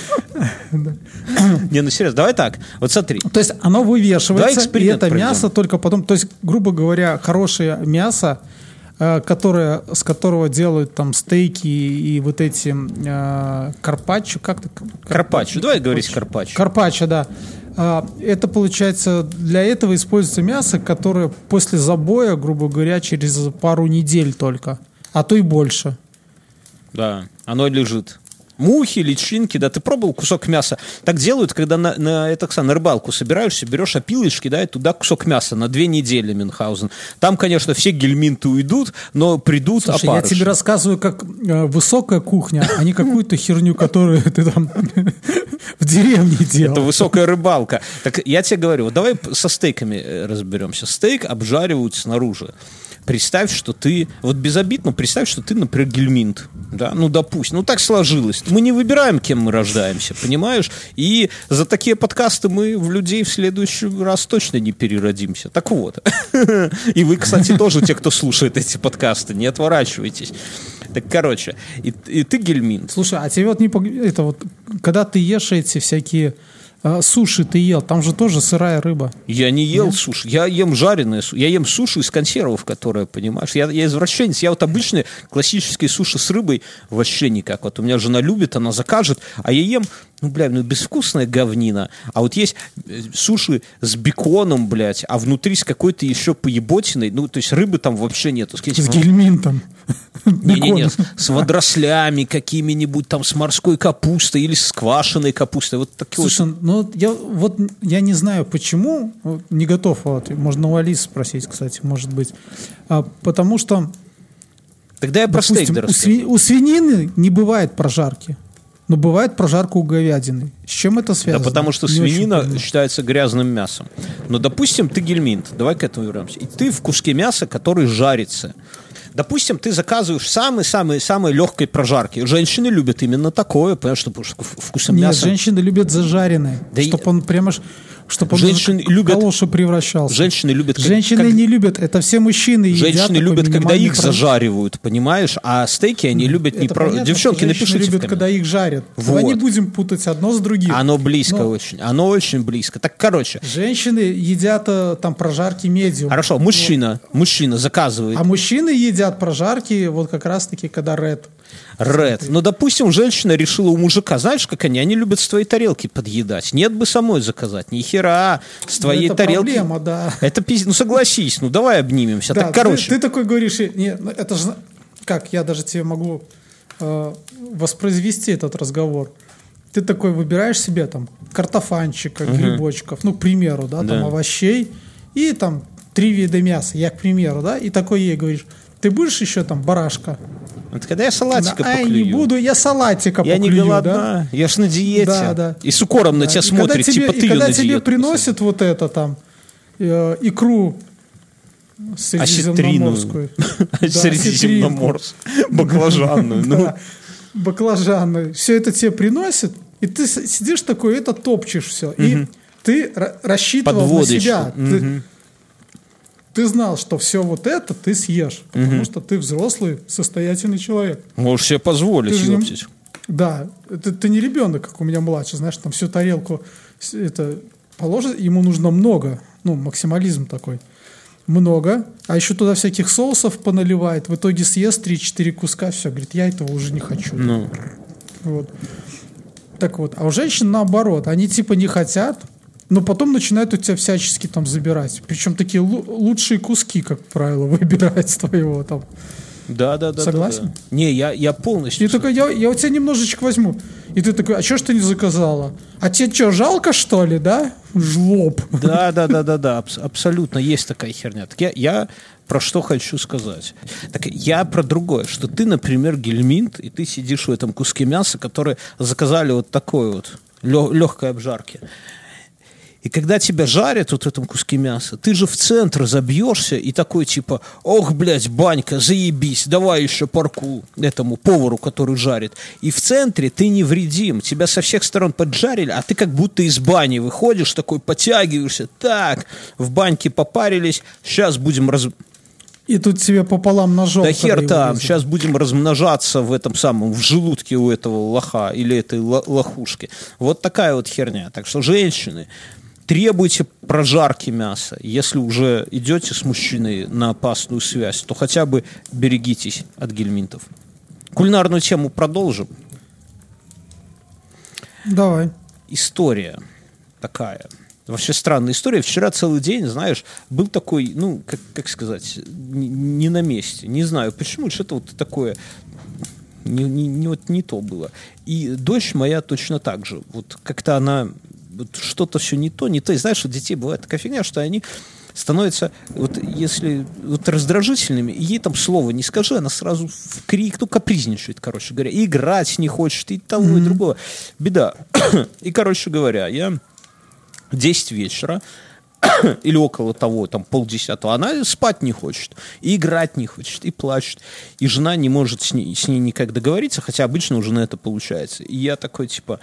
Не, ну серьезно, давай так. Вот смотри. То есть оно вывешивается, и это мясо только потом... То есть, грубо говоря, хорошее мясо, с которого делают там стейки и вот эти карпаччо, как-то... Карпаччо, давай говорить карпаччо. Карпаччо, да. Это, получается, для этого используется мясо, которое после забоя, грубо говоря, через пару недель только, а то и больше. Да, оно лежит. Мухи, личинки, да, ты пробовал кусок мяса? Так делают, когда на рыбалку собираешься, берешь опилочки, да, и туда кусок мяса на 2 недели, Мюнхгаузен. Там, конечно, все гельминты уйдут, но придут опарыши. Слушай, я тебе рассказываю, как высокая кухня, а не какую-то херню, которую ты там в деревне делал. Это высокая рыбалка. Так я тебе говорю, вот давай со стейками разберемся. Стейк обжаривают снаружи. Представь, что ты, вот безобидно, представь, что ты, например, гельминт, да, ну, допустим, ну, так сложилось. Мы не выбираем, кем мы рождаемся, понимаешь? И за такие подкасты мы в людей в следующий раз точно не переродимся. Так вот. И вы, кстати, тоже, те, кто слушает эти подкасты, не отворачивайтесь. Так, короче, и ты гельминт. Слушай, а тебе вот это вот, когда ты ешь эти всякие... Суши ты ел, там же тоже сырая рыба. Я не ел суши, я ем жареные суши. Я ем суши из консервов, которые, понимаешь, я извращенец. Я вот обычные классические суши с рыбой вообще никак. Вот у меня жена любит, она закажет, а я ем, безвкусная говнина. А вот есть суши с беконом, блядь, а внутри с какой-то еще поеботиной, то есть рыбы там вообще нету. С гельминтом. Не-не-не, с водорослями какими-нибудь, там, с морской капустой или с квашеной капустой. Вот такие. Слушай, я не знаю почему, не готов, можно у Алисы спросить, кстати, может быть, потому что, тогда я про стейк расскажу. У свинины не бывает прожарки, но бывает прожарка у говядины. С чем это связано? Да потому что свинина считается грязным мясом. Но, допустим, ты гельминт, давай к этому вернемся, и ты в куске мяса, который жарится. Допустим, ты заказываешь самой легкой прожарки. Женщины любят именно такое, понимаешь, чтобы вкусом мяса. Нет, женщины любят зажаренное, да, чтобы он прямо... Чтобы он в калошу превращался. Женщины любят... Женщины не любят, это все мужчины едят. Женщины любят, когда их зажаривают, понимаешь? А стейки они любят не... Девчонки, напишите в любят, когда их жарят. Вот. Давай не будем путать одно с другим. Оно близко очень. Оно очень близко. Так, короче. Женщины едят там прожарки медиум. Хорошо, мужчина заказывает. А мужчины едят прожарки вот как раз-таки, когда ред. Ну, допустим, женщина решила у мужика, знаешь, как они любят с твоей тарелки подъедать. Нет бы самой заказать, ни хера, с твоей это тарелки. Это проблема, да. Это согласись, давай обнимемся. Да, так, короче. Ты такой говоришь, это же, как, я даже тебе могу воспроизвести этот разговор. Ты такой выбираешь себе там картофанчика, грибочков, к примеру, да, там овощей и там 3 вида мяса, я, к примеру, да, и такой ей говоришь, ты будешь еще там барашка? Это когда я салатика поклюю. Не буду, я салатика поклюю. Я не голодна, да? Я ж на диете. Да. И с укором на тебя смотрит, типа ты ее на диету. Когда тебе приносят вот это там, икру Средиземноморскую. Средиземноморскую. Баклажанную. Баклажанную. Все это тебе приносят, и ты сидишь такой, это топчешь все. И ты рассчитывал на себя. Ты знал, что все вот это ты съешь, потому что ты взрослый, состоятельный человек. Можешь себе позволить, ёптить. Да, ты не ребенок, как у меня младший, знаешь, там всю тарелку это положить, ему нужно много, максимализм такой. Много, а еще туда всяких соусов поналивает, в итоге съест 3-4 куска, все, говорит, я этого уже не хочу. Вот. Так вот, а у женщин наоборот, они типа не хотят, но потом начинают у тебя всячески там забирать. Причем такие лучшие куски, как правило, выбирать с твоего там. Да. Согласен? Да. Не, я полностью. И такой, я у тебя немножечко возьму. И ты такой, а что ж ты не заказала? А тебе что, жалко, что ли, да? Жлоб. Да, абсолютно есть такая херня. Так я про что хочу сказать. Так я про другое, что ты, например, гельминт, и ты сидишь в этом куске мяса, который заказали вот такой вот легкой обжарки. И когда тебя жарят вот в этом куске мяса, ты же в центр забьешься и такой типа, ох, блядь, банька, заебись, давай еще парку этому повару, который жарит. И в центре ты невредим, тебя со всех сторон поджарили, а ты как будто из бани выходишь, такой подтягиваешься, так, в баньке попарились, сейчас будем И тут тебе пополам ножом. Да хер там, сейчас будем размножаться в этом самом, в желудке у этого лоха или этой лохушки. Вот такая вот херня. Так что, женщины, требуйте прожарки мяса. Если уже идете с мужчиной на опасную связь, то хотя бы берегитесь от гельминтов. Кулинарную тему продолжим. Давай. История такая. Вообще странная история. Вчера целый день, знаешь, был такой, как сказать, не на месте. Не знаю почему, что-то вот такое не то было. И дочь моя точно так же. Вот как-то она что-то все не то. И знаешь, у детей бывает такая фигня, что они становятся, вот если раздражительными, и ей там слова не скажи, она сразу в крик, капризничает, короче говоря, и играть не хочет, и того, и другого. Беда. И, короче говоря, я 10 вечера или около того, там 9:30, она спать не хочет, и играть не хочет, и плачет. И жена не может с ней никак договориться, хотя обычно у жены это получается. И я такой, типа,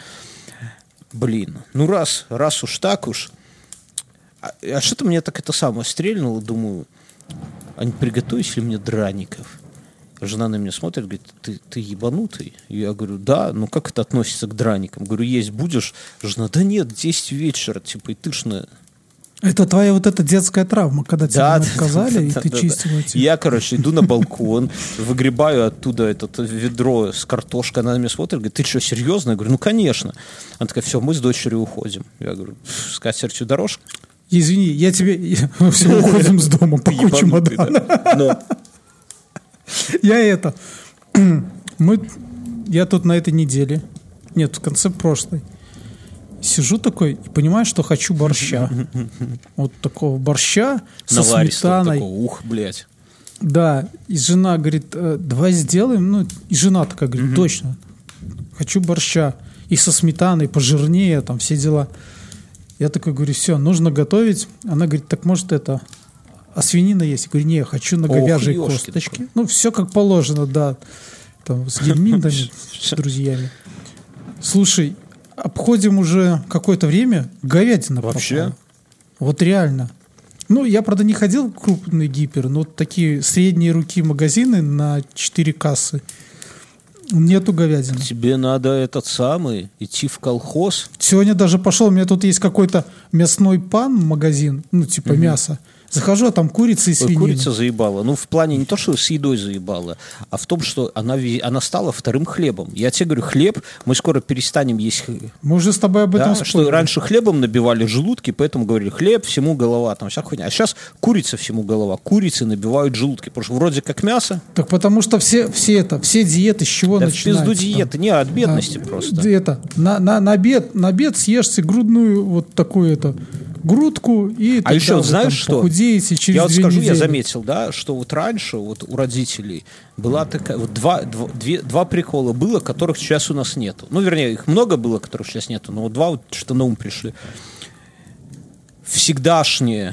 раз уж так уж. А что-то мне так это самое стрельнуло, думаю, а не приготовить ли мне драников? Жена на меня смотрит, говорит, ты ебанутый? Я говорю, да, как это относится к драникам? Говорю, есть будешь? Жена, да нет, 10 вечера, типа, и ты ж на... Это твоя вот эта детская травма, когда тебе отказали, и ты чистил эти... Я, иду на балкон, выгребаю оттуда это ведро с картошкой, она на меня смотрит, говорит, ты что, серьезно? Я говорю, конечно. Она такая, все, мы с дочерью уходим. Я говорю, с катертью дорожка. Извини, все, уходим с дома, пакуй чемодан. Я тут на этой неделе, в конце прошлой, сижу такой и понимаю, что хочу борща. Вот такого борща со сметаной. Такого, блядь. Да, и жена говорит, давай сделаем. И жена такая говорит, точно, хочу борща. И со сметаной, пожирнее, там все дела. Я такой говорю, все, нужно готовить. Она говорит, так может а свинина есть? Я говорю, не, хочу на говяжьей косточке. Все как положено, да. Там с гельминтами, с друзьями. Слушай, обходим уже какое-то время, говядина вообще? Пропала. Вот реально. Я, правда, не ходил в крупный гипер, но такие средние руки магазины на 4 кассы. Нету говядины. Тебе надо идти в колхоз. Сегодня даже пошел, у меня тут есть какой-то мясной пан магазин, мясо. Захожу, а там курица и свинина. Курица заебала. В плане не то, что с едой заебала, а в том, что она стала вторым хлебом. Я тебе говорю, хлеб, мы скоро перестанем есть. Мы уже с тобой об этом спорили. Что раньше хлебом набивали желудки, поэтому говорили, хлеб, всему голова, там вся хуйня. А сейчас курица всему голова. Курицы набивают желудки, потому что вроде как мясо. Так потому что все диеты с чего начинаются? Да в пизду диеты, не от бедности просто. На обед съешьте грудную вот такую грудку, и а еще знаешь что? Похудеете через 2 недели. Я вот скажу, я заметил, да, что вот раньше вот у родителей была такая, вот два прикола было, которых сейчас у нас нету. Вернее, их много было, которых сейчас нету, но вот 2 что на ум пришли. Всегдашнее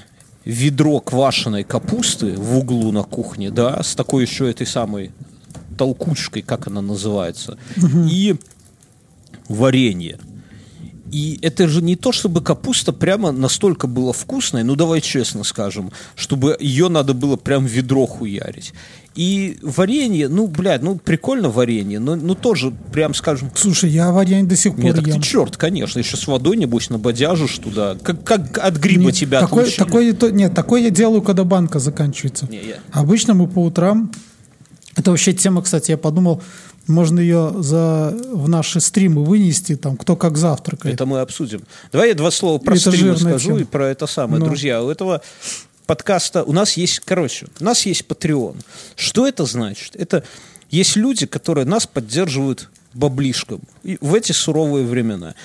ведро квашеной капусты в углу на кухне, да, с такой еще этой самой толкучкой, как она называется, и варенье. И это же не то, чтобы капуста прямо настолько была вкусной, ну давай честно скажем, чтобы ее надо было прям в ведро хуярить. И варенье, прикольно варенье, но тоже, прям скажем... Слушай, я варенье до сих пор ем. Так ты черт, конечно, еще с водой, небось, набодяжишь туда. Как от гриба тебя отлучили. Такое я делаю, когда банка заканчивается. Обычно мы по утрам... Это вообще тема, кстати, я подумал, можно ее в наши стримы вынести, там, кто как завтракает. Это мы обсудим. Давай я 2 слова про стримы скажу тема. И про это самое. Друзья, у этого подкаста у нас есть Patreon. Что это значит? Это есть люди, которые нас поддерживают баблишком и в эти суровые времена.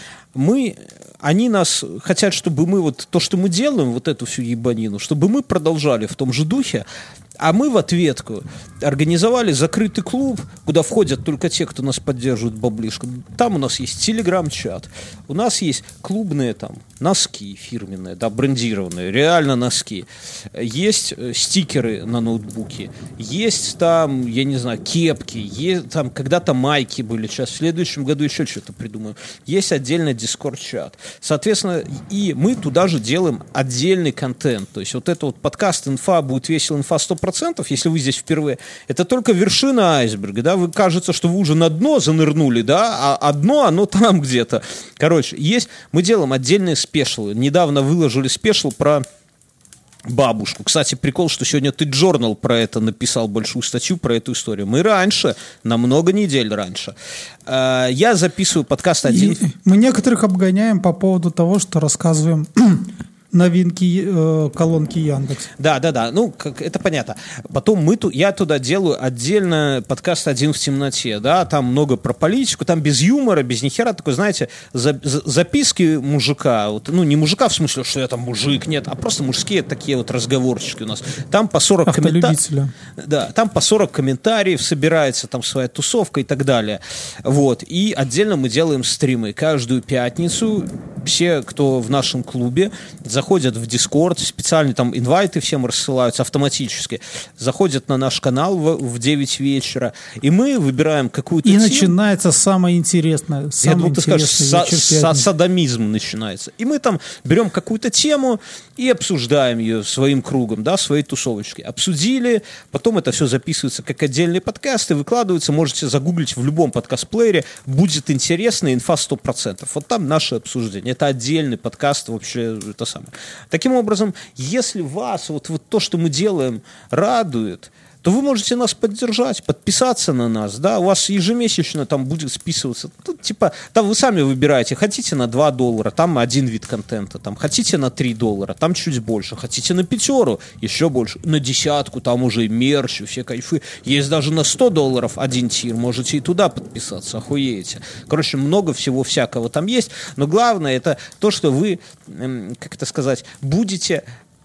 Они нас хотят, чтобы мы вот то, что мы делаем, вот эту всю ебанину, чтобы мы продолжали в том же духе, а мы в ответку организовали закрытый клуб, куда входят только те, кто нас поддерживает баблишком. Там у нас есть телеграм-чат, у нас есть клубные там носки фирменные, да, брендированные, реально носки. Есть стикеры на ноутбуке, есть там, я не знаю, кепки, есть там когда-то майки были, сейчас в следующем году еще что-то придумаем. Есть отдельный дискорд-чат. Соответственно, и мы туда же делаем отдельный контент. То есть вот это вот подкаст «Инфа», будет весел «Инфа» 100%, если вы здесь впервые. Это только вершина айсберга, да, вы кажется, что вы уже на дно занырнули, да, а дно, оно там где-то. Короче, мы делаем отдельные спешлы. Недавно выложили спешл про бабушку. Кстати, прикол, что сегодня ты Journal про это написал большую статью про эту историю. Мы раньше, на много недель раньше. Я записываю подкаст один. И мы некоторых обгоняем по поводу того, что рассказываем новинки колонки Яндекс. Да, это понятно. Потом я туда делаю отдельно подкаст «Один в темноте», да, там много про политику, там без юмора, без нихера, такой, знаете, записки мужика, вот, не мужика в смысле, что я там мужик, нет, а просто мужские такие вот разговорчики у нас. Там по 40 комментариев. Да, там по 40 комментариев собирается там своя тусовка и так далее. Вот. И отдельно мы делаем стримы. Каждую пятницу все, кто в нашем клубе, заходят в Discord, специальные там инвайты всем рассылаются автоматически, заходят на наш канал в 9 вечера, и мы выбираем какую-то тему. Начинается самое интересное. Я думал, ты скажешь, садомизм начинается. И мы там берем какую-то тему и обсуждаем ее своим кругом, да, своей тусовочкой. Обсудили, потом это все записывается как отдельные подкасты, выкладываются, можете загуглить в любом подкаст-плеере, будет интересно, инфа 100%. Вот там наше обсуждение. Это отдельный подкаст, вообще это самое. Таким образом, если вас вот то, что мы делаем, радует, то вы можете нас поддержать, подписаться на нас, да, у вас ежемесячно там будет списываться, там вы сами выбираете, хотите на $2, там один вид контента, там хотите на $3, там чуть больше, хотите на 5, еще больше, на 10, там уже и мерч, и все кайфы, есть даже на $100 один тир, можете и туда подписаться, охуеете. Короче, много всего всякого там есть, но главное это то, что вы, как это сказать, будете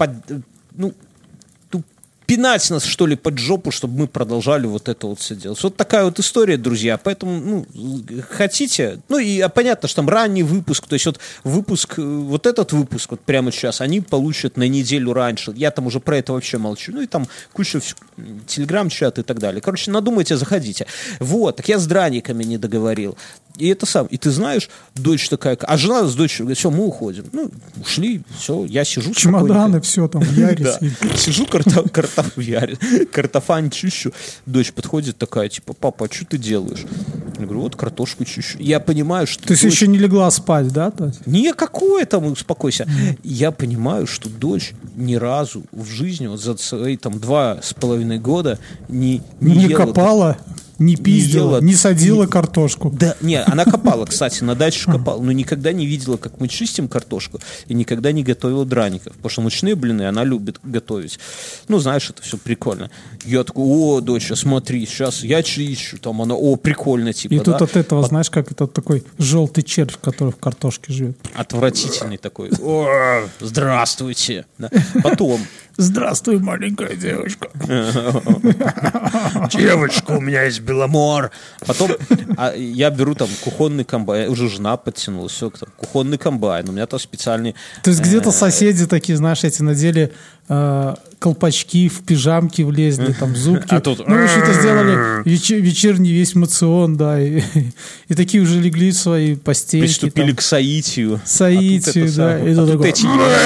пинать нас, что ли, под жопу, чтобы мы продолжали вот это вот все делать. Вот такая вот история, друзья. Поэтому, хотите... понятно, что там ранний выпуск, то есть вот выпуск, вот этот выпуск вот прямо сейчас, они получат на неделю раньше. Я там уже про это вообще молчу. И там куча телеграм-чат и так далее. Короче, надумайте, заходите. Вот, так я с драниками не договорил. И это сам. И ты знаешь, дочь такая... А жена с дочерью говорит, все, мы уходим. Ушли, все, я сижу... Чемоданы, все там, в яре. Сижу, картофан чищу. Дочь подходит такая, типа, папа, а что ты делаешь? Я говорю, вот картошку чищу. Я понимаю, что... Ты еще не легла спать, да? Никакое там, успокойся. Я понимаю, что дочь ни разу в жизни, вот за свои там 2,5 года не копала, не пиздила, не садила картошку. Да, она копала, кстати, на даче копала, но никогда не видела, как мы чистим картошку, и никогда не готовила драников, потому что мучные блины она любит готовить. Знаешь, это все прикольно. Я такой, о, доча, смотри, сейчас я чищу, там она, о, прикольно, типа, и тут от этого, знаешь, как это такой желтый червь, который в картошке живет. Отвратительный такой. О, здравствуйте. Потом. Здравствуй, маленькая девочка. Девочка, у меня есть Беломор. Потом я беру там кухонный комбайн, уже жена подтянула, все, кухонный комбайн, у меня там специальный... То есть где-то соседи такие, знаешь, эти надели колпачки, в пижамки влезли, там зубки. Ну, что-то сделали вечерний весь мацион, да, и такие уже легли в свои постельки. Приступили к соитию. Соитию, да. И тут такой...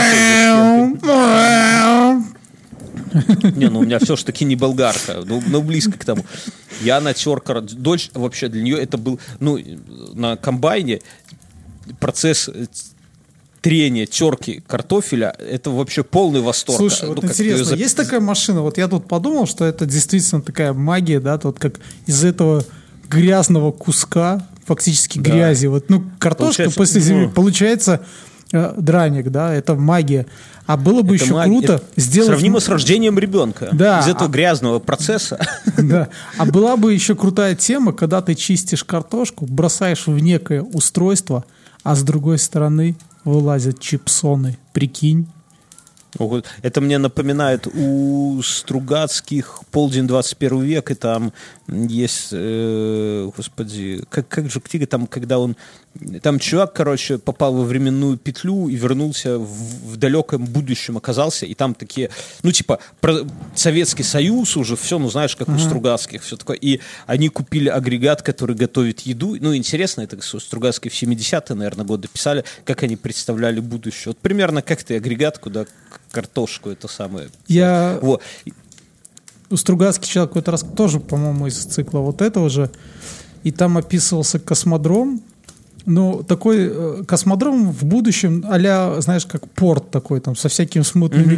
Не, ну у меня все-таки не болгарка, но близко к тому. Я натер дочь, вообще для нее это был, ну, на комбайне процесс трения, терки картофеля, это вообще полный восторг. Слушай, вот интересно, есть такая машина, вот я тут подумал, что это действительно такая магия, да, вот как из этого грязного куска, фактически грязи, вот, ну, картошка после зимы получается... драник, да, это магия. А было бы это еще круто сделать... Сравнимо с рождением ребенка. Да. Из этого грязного процесса. Да. А была бы еще крутая тема, когда ты чистишь картошку, бросаешь в некое устройство, а с другой стороны вылазят чипсоны. Прикинь. Это мне напоминает у Стругацких «Полдень 21 век», и там есть, господи, как же книга, там, когда он, там чувак, короче, попал во временную петлю и вернулся в далеком будущем оказался, и там такие, ну, типа, Советский Союз уже, все, ну, знаешь, как у Стругацких, все такое, и они купили агрегат, который готовит еду, ну, интересно, это Стругацкие в 70-е, наверное, годы писали, как они представляли будущее, вот примерно как ты агрегат, куда картошку, это самое. Вот. Стругацкий человек какой-то раз тоже, по-моему, из цикла вот этого же, и там описывался космодром, ну, такой космодром в будущем а-ля, знаешь, как порт такой, там, со всяким смутным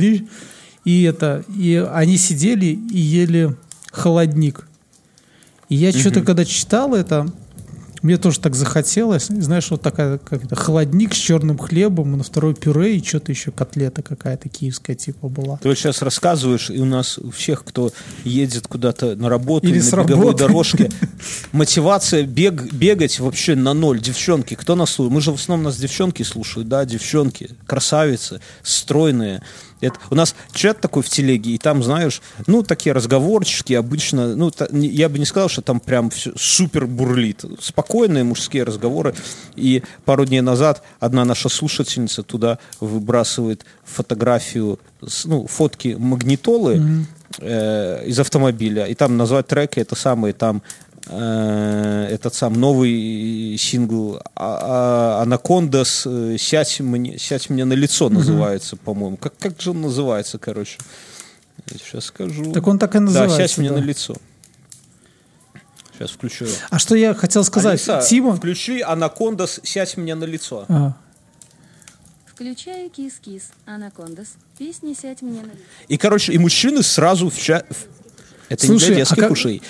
и они сидели и ели холодник. И я что-то, когда читал это, мне тоже так захотелось, знаешь, вот такая, как-то холодник с черным хлебом, на второй пюре и что-то еще, котлета какая-то киевская типа была. Ты вот сейчас рассказываешь, и у нас у всех, кто едет куда-то на работу, или на беговой дорожке, мотивация бегать вообще на ноль. Девчонки, кто нас слушает? Мы же в основном нас девчонки слушают, да, девчонки, красавицы, стройные. Это, у нас чат такой в телеге, и там, знаешь, ну, такие разговорчики обычно, ну, я бы не сказал, что там прям все супер бурлит. Спокойные мужские разговоры. И пару дней назад одна наша слушательница туда выбрасывает фотографию, ну, фотки магнитолы из автомобиля, и там назвать треки, это самые там этот сам новый сингл «Анакондас», «Сядь мне на лицо» называется, по-моему. Как же он называется, короче? Я сейчас скажу. Так он так и называется. Да, «Сядь мне на лицо». Сейчас включу. А что я хотел сказать? Алиса, Тима? включи «Анакондас», «Сядь мне на лицо». Включаю «Кис-кис», «Анакондас», песни «Сядь мне на лицо». И, короче, и мужчины сразу Это слушай, не для детских ушей.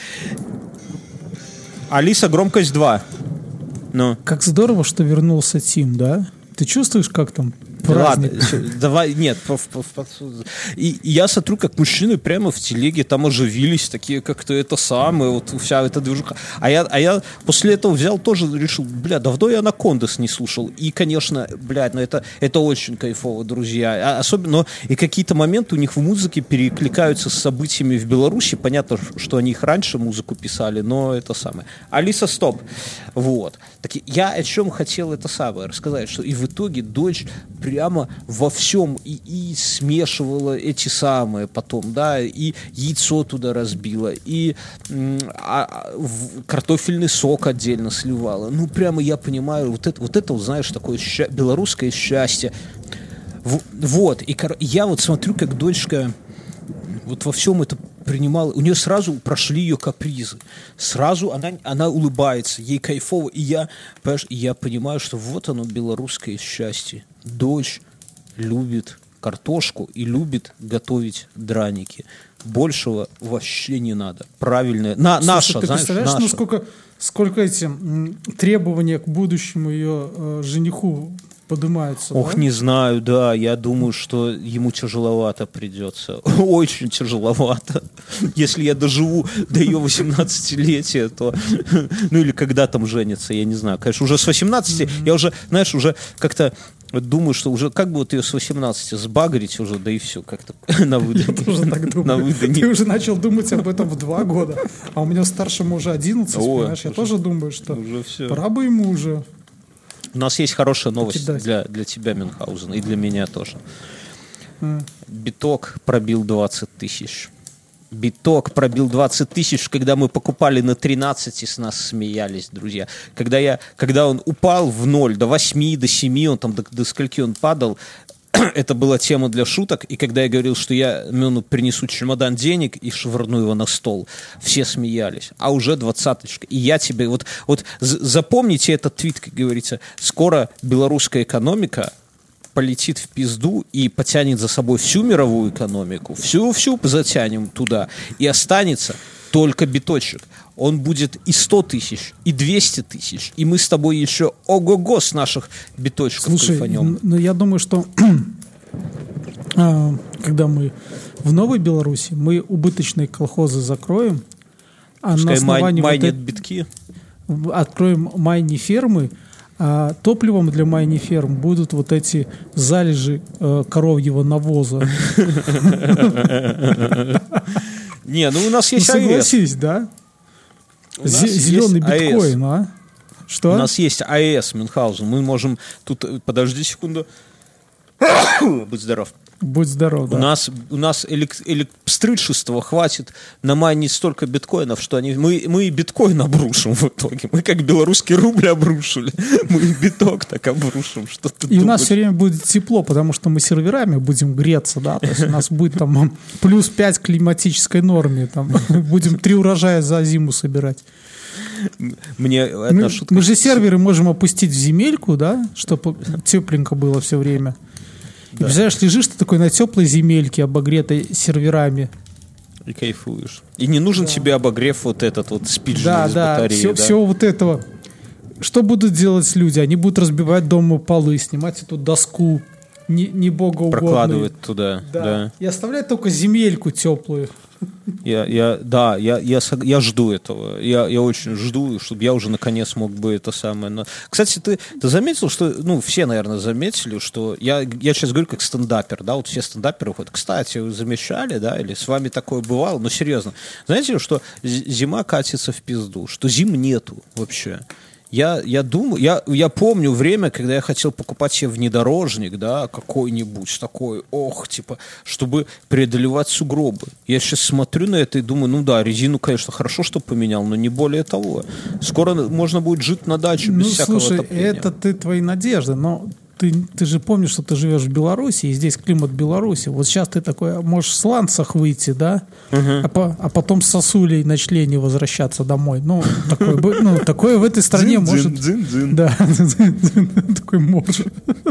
Алиса, громкость 2. Ну. Как здорово, что вернулся Тим, да? Ты чувствуешь, как там праздник? Ладно, давай, нет. И я смотрю, как мужчины прямо в телеге там оживились, такие, как-то это самое, вот вся эта движуха. А я после этого взял тоже, решил, давно я «Анакондас» не слушал. И, конечно, ну это очень кайфово, друзья. Особенно, но и какие-то моменты у них в музыке перекликаются с событиями в Беларуси. Понятно, что они их раньше музыку писали, но это самое. Алиса, стоп. Вот. Так я о чем хотел это самое рассказать, что и в итоге дочь прямо во всем и смешивала эти самые потом, да, и яйцо туда разбила, и картофельный сок отдельно сливала. Ну, прямо я понимаю, вот это знаешь, такое белорусское счастье. Вот, и я вот смотрю, как дочка вот во всем это принимала, у нее сразу прошли ее капризы, сразу она улыбается, ей кайфово, и я понимаю, что вот оно, белорусское счастье. Дочь любит картошку и любит готовить драники. Большего вообще не надо. Правильное. Наша, ты знаешь, представляешь, наша. Сколько эти требования к будущему ее жениху поднимаются? Ох, да? Не знаю, да. Я думаю, что ему тяжеловато придется. Очень тяжеловато. Если я доживу до ее 18-летия, то... Ну, или когда там женится, я не знаю. Конечно, уже с 18 я уже, знаешь, уже как-то думаю, что уже как бы вот ее с 18 сбагрить уже, да и все, как-то на выдане. Я тоже так думаю. Ты уже начал думать об этом в 2 года, а у меня старшему уже 11, понимаешь? Я тоже думаю, что пора бы ему уже. У нас есть хорошая новость для тебя, Мюнхгаузен, и для меня тоже. Биток пробил 20 тысяч. Биток пробил 20 тысяч, когда мы покупали на 13, и с нас смеялись, друзья. Когда он упал в 0, до 8, до 7, он там до скольки он падал, это была тема для шуток. И когда я говорил, что я Мюну принесу чемодан денег и швырну его на стол, все смеялись. А уже 20-очка. И я тебе... Вот запомните этот твит, как говорится. Скоро белорусская экономика полетит в пизду и потянет за собой всю мировую экономику, всю затянем туда, и останется только биточек. Он будет и 100 тысяч, и 200 тысяч, и мы с тобой еще ого-го с наших биточков кайфанем. Ну я думаю, что когда мы в Новой Беларуси, мы убыточные колхозы закроем, а пускай на основании майнят битки. Откроем майни-фермы, а топливом для майни-ферм будут вот эти залежи коровьего навоза. Не, ну у нас есть АЭС. Согласись, да? Зеленый биткоин, а? Что? У нас есть АЭС, Мюнхгаузен. Мы можем тут... Подожди секунду. Будь здоров. Будь здоров, да. У нас электричества хватит на майнить столько биткоинов, что мы и биткоин обрушим в итоге. Мы как белорусский рубль обрушили. Мы и биток так обрушим. Что ты думаешь? У нас все время будет тепло, потому что мы серверами будем греться, да. То есть у нас будет там плюс 5 климатической норме. Там, будем 3 урожая за зиму собирать. Мы же серверы можем опустить в земельку, да, чтобы тепленько было все время. Да. И представляешь, лежишь ты такой на теплой земельке, обогретой серверами. И кайфуешь. И не нужен тебе обогрев вот этот вот спичный из батареи. Все вот этого. Что будут делать люди? Они будут разбивать дома полы, снимать эту доску не богоугодную. Прокладывать туда. Да. И оставлять только земельку теплую. Я жду этого. Я очень жду, чтобы я уже наконец мог бы это самое. Кстати, ты заметил, что, все, наверное, заметили, что я сейчас говорю как стендапер, да, вот все стендаперы ходят. Кстати, вы замечали, да, или с вами такое бывало, но серьезно. Знаете ли, что зима катится в пизду, что зим нету вообще. Я думаю, я помню время, когда я хотел покупать себе внедорожник, да, какой-нибудь такой, чтобы преодолевать сугробы. Я сейчас смотрю на это и думаю, резину, конечно, хорошо, что поменял, но не более того. Скоро можно будет жить на даче без всякого отопления. Это твои надежды, но ты же помнишь, что ты живешь в Беларуси, и здесь климат Беларуси. Вот сейчас ты такой, можешь в сланцах выйти, да, а потом с сосулей на члене возвращаться домой. Такое в этой стране может... Да, такой может.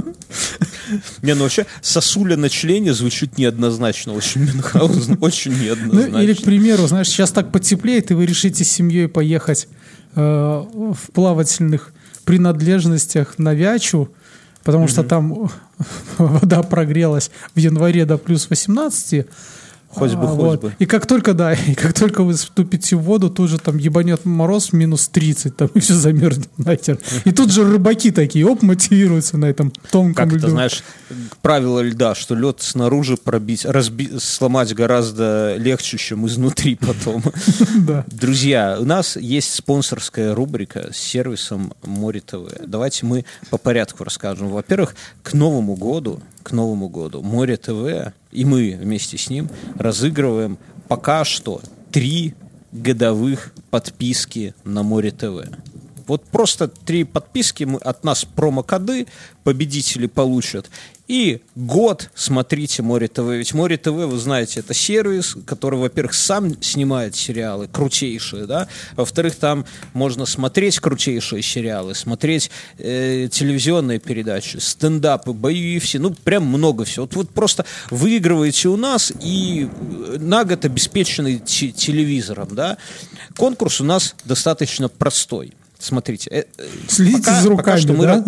Вообще, сосуля на члене звучит неоднозначно, очень Мюнхгаузен, очень неоднозначно. Или, к примеру, знаешь, сейчас так потеплеет, и вы решите с семьей поехать в плавательных принадлежностях на Вячу, потому что там вода прогрелась в январе до плюс 18. Хоть бы. И как только вы вступите в воду, тут же там ебанет мороз минус 30, там и все замерзнет нахер. И тут же рыбаки такие, мотивируются на этом тонком льду. Как-то, знаешь, правило льда, что лед снаружи сломать гораздо легче, чем изнутри потом. Друзья, у нас есть спонсорская рубрика с сервисом Море ТВ. Давайте мы по порядку расскажем. Во-первых, к Новому году Море ТВ и мы вместе с ним разыгрываем пока что 3 годовых подписки на Море ТВ. Вот просто 3 подписки, от нас промокоды победители получат. И год смотрите Море ТВ. Ведь Море ТВ, вы знаете, это сервис, который, во-первых, сам снимает сериалы крутейшие, да, во-вторых, там можно смотреть крутейшие сериалы, смотреть телевизионные передачи, стендапы, бои, все, прям много всего. Вот просто выигрываете у нас и на год обеспеченный телевизором, да. Конкурс у нас достаточно простой. Смотрите, следите за руками,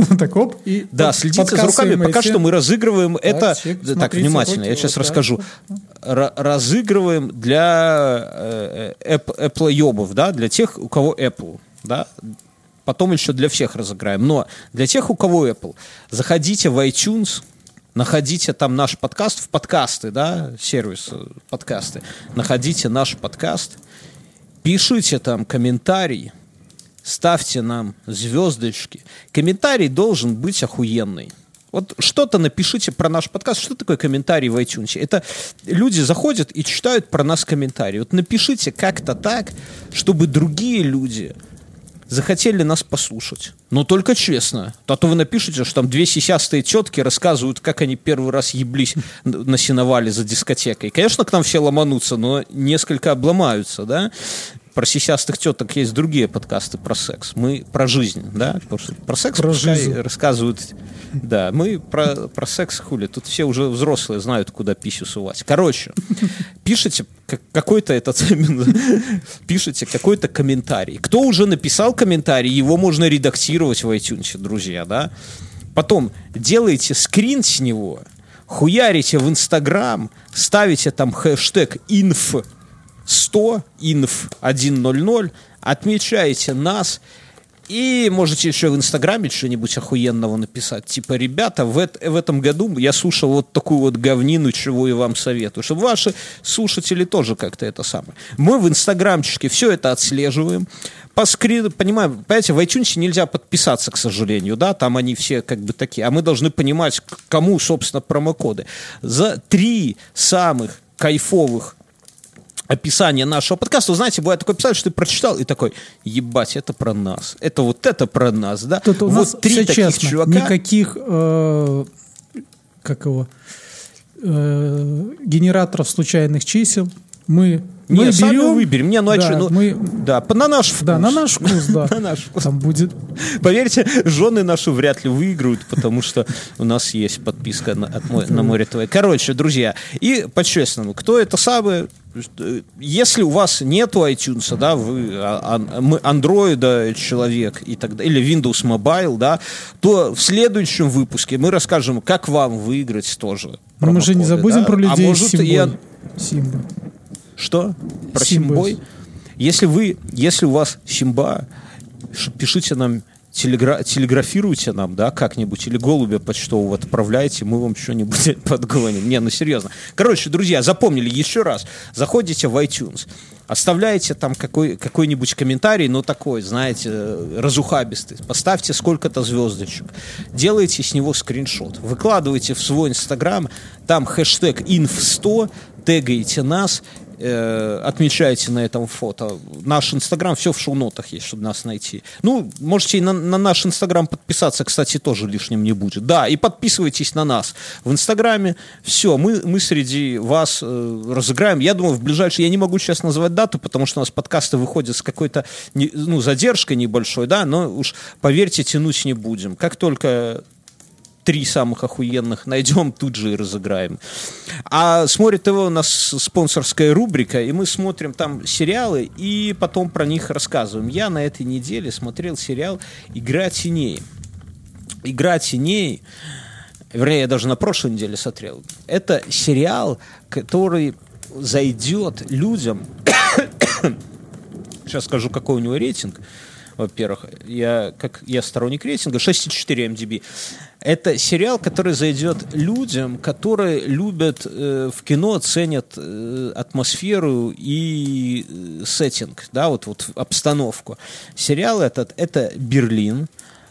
следите за руками. Пока что мы разыгрываем это. Так, внимательно, я сейчас расскажу. Разыгрываем для Apple-ёбов, да, для тех, у кого Apple, да. потом еще для всех разыграем. Но для тех, у кого Apple, заходите в iTunes, находите там наш подкаст, в подкасты, да, сервис подкасты, находите наш подкаст, пишите там комментарий, ставьте нам звездочки. Комментарий должен быть охуенный. Вот что-то напишите про наш подкаст. Что такое комментарий в iTunes? Это люди заходят и читают про нас комментарии. Вот напишите как-то так, чтобы другие люди захотели нас послушать. Но только честно. А то вы напишите, что там две сисястые тетки рассказывают, как они первый раз еблись на сеновале за дискотекой. Конечно, к нам все ломанутся, но несколько обломаются, да? Про сисястых теток есть другие подкасты про секс. Мы про жизнь, да? Про секс про жизнь рассказывают. Да, мы про секс хули. Тут все уже взрослые знают, куда писю сувать. Короче, пишите какой-то пишите какой-то комментарий. Кто уже написал комментарий, его можно редактировать в iTunes, друзья, да? Потом делаете скрин с него, хуярите в Instagram, ставите там хэштег inf100, inf100, отмечаете нас. И можете еще в Инстаграме что-нибудь охуенного написать. Типа, ребята, в этом году я слушал вот такую вот говнину, чего и вам советую. Чтобы ваши слушатели тоже как-то это самое. Мы в Инстаграмчике все это отслеживаем. По скрину, понимаете, в iTunes нельзя подписаться, к сожалению, да, там они все как бы такие. А мы должны понимать, кому, собственно, промокоды. За 3 самых кайфовых описание нашего подкаста, вы знаете, бывает такое описание, что ты прочитал и такой, ебать, это про нас. Это вот это про нас, да? Тут у вот нас 3 все таких честно, чувака. никаких генераторов случайных чисел. Мы сами берем, выберем. Не, ну, да, на наш вкус. Да, на наш вкус, да. На наш вкус. Там будет... Поверьте, жены наши вряд ли выиграют, потому что у нас есть подписка на Море ТВ. Короче, друзья, и по-честному, кто это самое... Если у вас нету iTunes, да, вы Android человек и так далее, или Windows Mobile, да, то в следующем выпуске мы расскажем, как вам выиграть тоже. Но мы же не забудем, да? Про людей с Симбой. Что? Про Симбой? Если у вас Симба, пишите нам, телеграфируйте нам, да, как-нибудь, или голубя почтового отправляйте, мы вам что-нибудь подгоним. Не, ну серьезно. Короче, друзья, запомнили еще раз. Заходите в iTunes, оставляете там какой-нибудь комментарий, но такой, знаете, разухабистый. Поставьте сколько-то звездочек. Делайте с него скриншот. Выкладывайте в свой Инстаграм, там хэштег inf100, тегаете нас, отмечайте на этом фото. Наш Инстаграм, все в шоу-нотах есть, чтобы нас найти. Ну, можете и на наш Инстаграм подписаться, кстати, тоже лишним не будет. Да, и подписывайтесь на нас в Инстаграме. Все, мы среди вас разыграем. Я думаю, в ближайшие... Я не могу сейчас назвать дату, потому что у нас подкасты выходят с какой-то задержкой небольшой, да, но уж, поверьте, тянуть не будем. Как только 3 самых охуенных найдем, тут же и разыграем. А с Море ТВ у нас спонсорская рубрика, и мы смотрим там сериалы, и потом про них рассказываем. Я на этой неделе смотрел сериал «Игра теней». «Игра теней», вернее, я даже на прошлой неделе смотрел. Это сериал, который зайдет людям... Сейчас скажу, какой у него рейтинг. Во-первых, я сторонник рейтинга, 6,4 MDB. Это сериал, который зайдет людям, которые любят в кино, ценят атмосферу и сеттинг, да, вот обстановку. Сериал этот — это Берлин,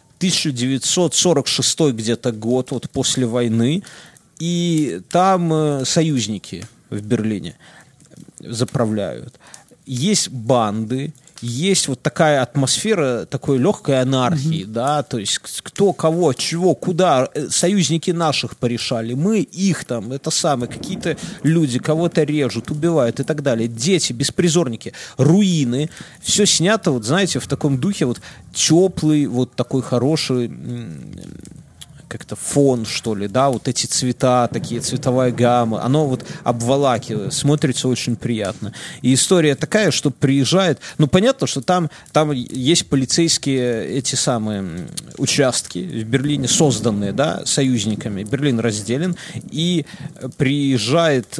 1946 где-то год, вот после войны, и там союзники в Берлине заправляют. Есть банды, есть вот такая атмосфера такой легкой анархии, да, то есть кто, кого, чего, куда, союзники наших порешали, мы их там, это самое, какие-то люди кого-то режут, убивают и так далее, дети, беспризорники, руины, все снято, вот знаете, в таком духе, вот теплый, вот такой хороший как-то фон, что ли, да, вот эти цвета, такие цветовая гамма, оно вот обволакивает, смотрится очень приятно. И история такая, что приезжает, ну, понятно, что там есть полицейские эти самые участки в Берлине, созданные, да, союзниками. Берлин разделен, и приезжает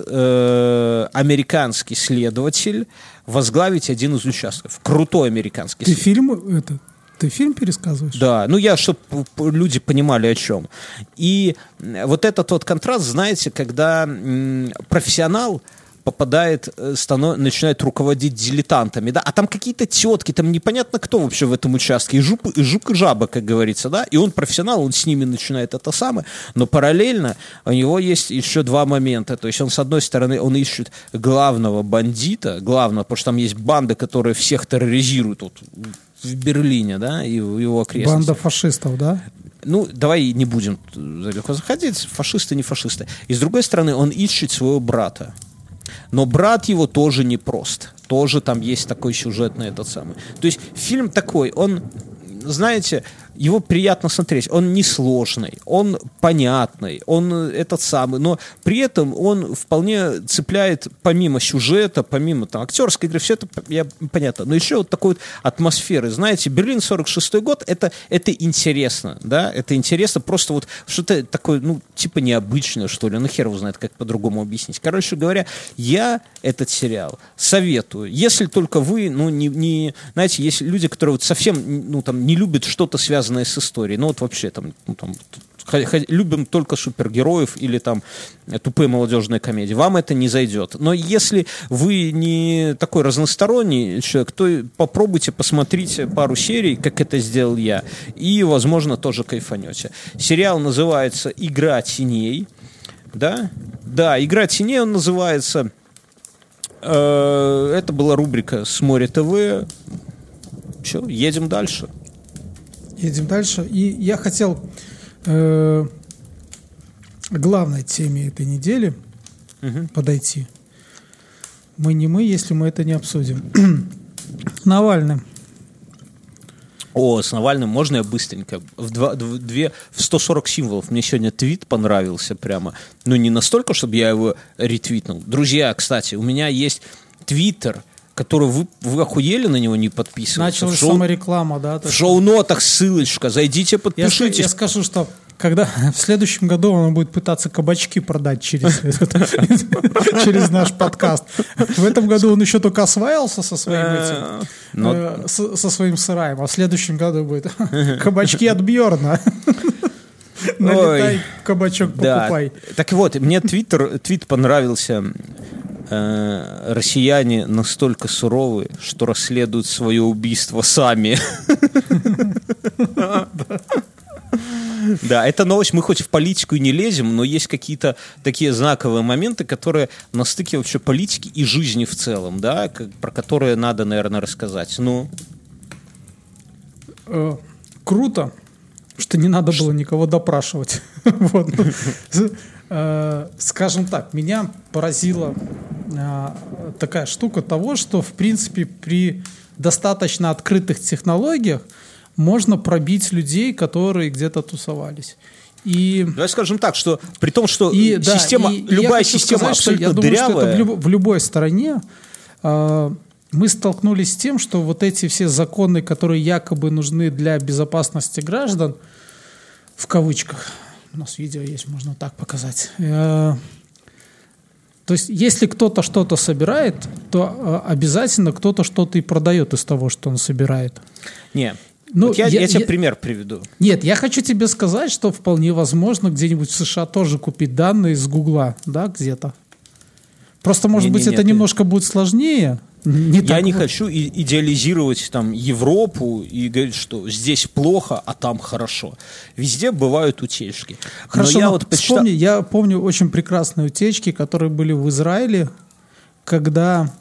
американский следователь возглавить один из участков. Крутой американский следователь. Ты фильм это Ты фильм пересказываешь? Да, ну я, чтобы люди понимали, о чем. И вот этот вот контраст, знаете, когда профессионал попадает, начинает руководить дилетантами, да, а там какие-то тетки, там непонятно кто вообще в этом участке, и жук, и жаба, как говорится, да, и он профессионал, он с ними начинает это самое, но параллельно у него есть еще два момента, то есть он, с одной стороны, он ищет главного бандита, потому что там есть банда, которая всех терроризирует, вот, в Берлине, да, и в его окрестностях. Банда фашистов, да? Ну, давай не будем далеко заходить, фашисты, не фашисты. И с другой стороны, он ищет своего брата. Но брат его тоже непрост. Тоже там есть такой сюжетный этот самый. То есть фильм такой, он, знаете, его приятно смотреть. Он несложный, он понятный, он этот самый, но при этом он вполне цепляет помимо сюжета, помимо там актерской игры, все это понятно. Но еще вот такой вот атмосферы. Знаете, Берлин 46-й год, это интересно, да, это интересно, просто вот что-то такое, ну, типа необычное, что ли, ну, хер его знает, как по-другому объяснить. Короче говоря, я этот сериал советую, если только вы, ну, не знаете, есть люди, которые вот совсем, ну, там, не любят что-то связанное с историей. Ну вот вообще там, любим только супергероев или там тупые молодежные комедии. Вам это не зайдет. Но если вы не такой разносторонний человек, то попробуйте, посмотрите пару серий, как это сделал я, и, возможно, тоже кайфанете. Сериал называется «Игра теней». Да? Да, «Игра теней» он называется. Это была рубрика с Море ТВ. Все, едем дальше. Едем дальше. И я хотел к главной теме этой недели подойти. Мы не мы, если мы это не обсудим. Навальный. О, с Навальным можно я быстренько? В 140 символов. Мне сегодня твит понравился прямо. Но не настолько, чтобы я его ретвитнул. Друзья, кстати, у меня есть твиттер, который вы охуели на него не подписываться. Началась самореклама, да? В шоу-нотах ссылочка. Зайдите, подпишитесь. Я скажу, что когда в следующем году он будет пытаться кабачки продать через наш подкаст. В этом году он еще только осваивался со своим сараем, а в следующем году будет кабачки от Бьорна. Налетай, кабачок покупай. Так вот, мне твит понравился. Россияне настолько суровы, что расследуют свое убийство сами. Да, эта новость, мы хоть в политику и не лезем, но есть какие-то такие знаковые моменты, которые на стыке вообще политики и жизни в целом, да, про которые надо, наверное, рассказать. Ну, круто, что не надо было никого допрашивать. Скажем так, меня поразила такая штука того, что, в принципе, при достаточно открытых технологиях можно пробить людей, которые где-то тусовались. И давай скажем так, что при том, что любая система абсолютно дырявая. В любой стране мы столкнулись с тем, что вот эти все законы, которые якобы нужны для безопасности граждан, в кавычках, у нас видео есть, можно так показать. То есть, если кто-то что-то собирает, то обязательно кто-то что-то и продает из того, что он собирает. Нет. Ну, вот я тебе пример приведу. Нет, я хочу тебе сказать, что вполне возможно где-нибудь в США тоже купить данные с Гугла, да, где-то. Просто, может быть, это немножко будет сложнее. Я не хочу идеализировать там Европу и говорить, что здесь плохо, а там хорошо. Везде бывают утечки. Хорошо, я помню очень прекрасные утечки, которые были в Израиле, когда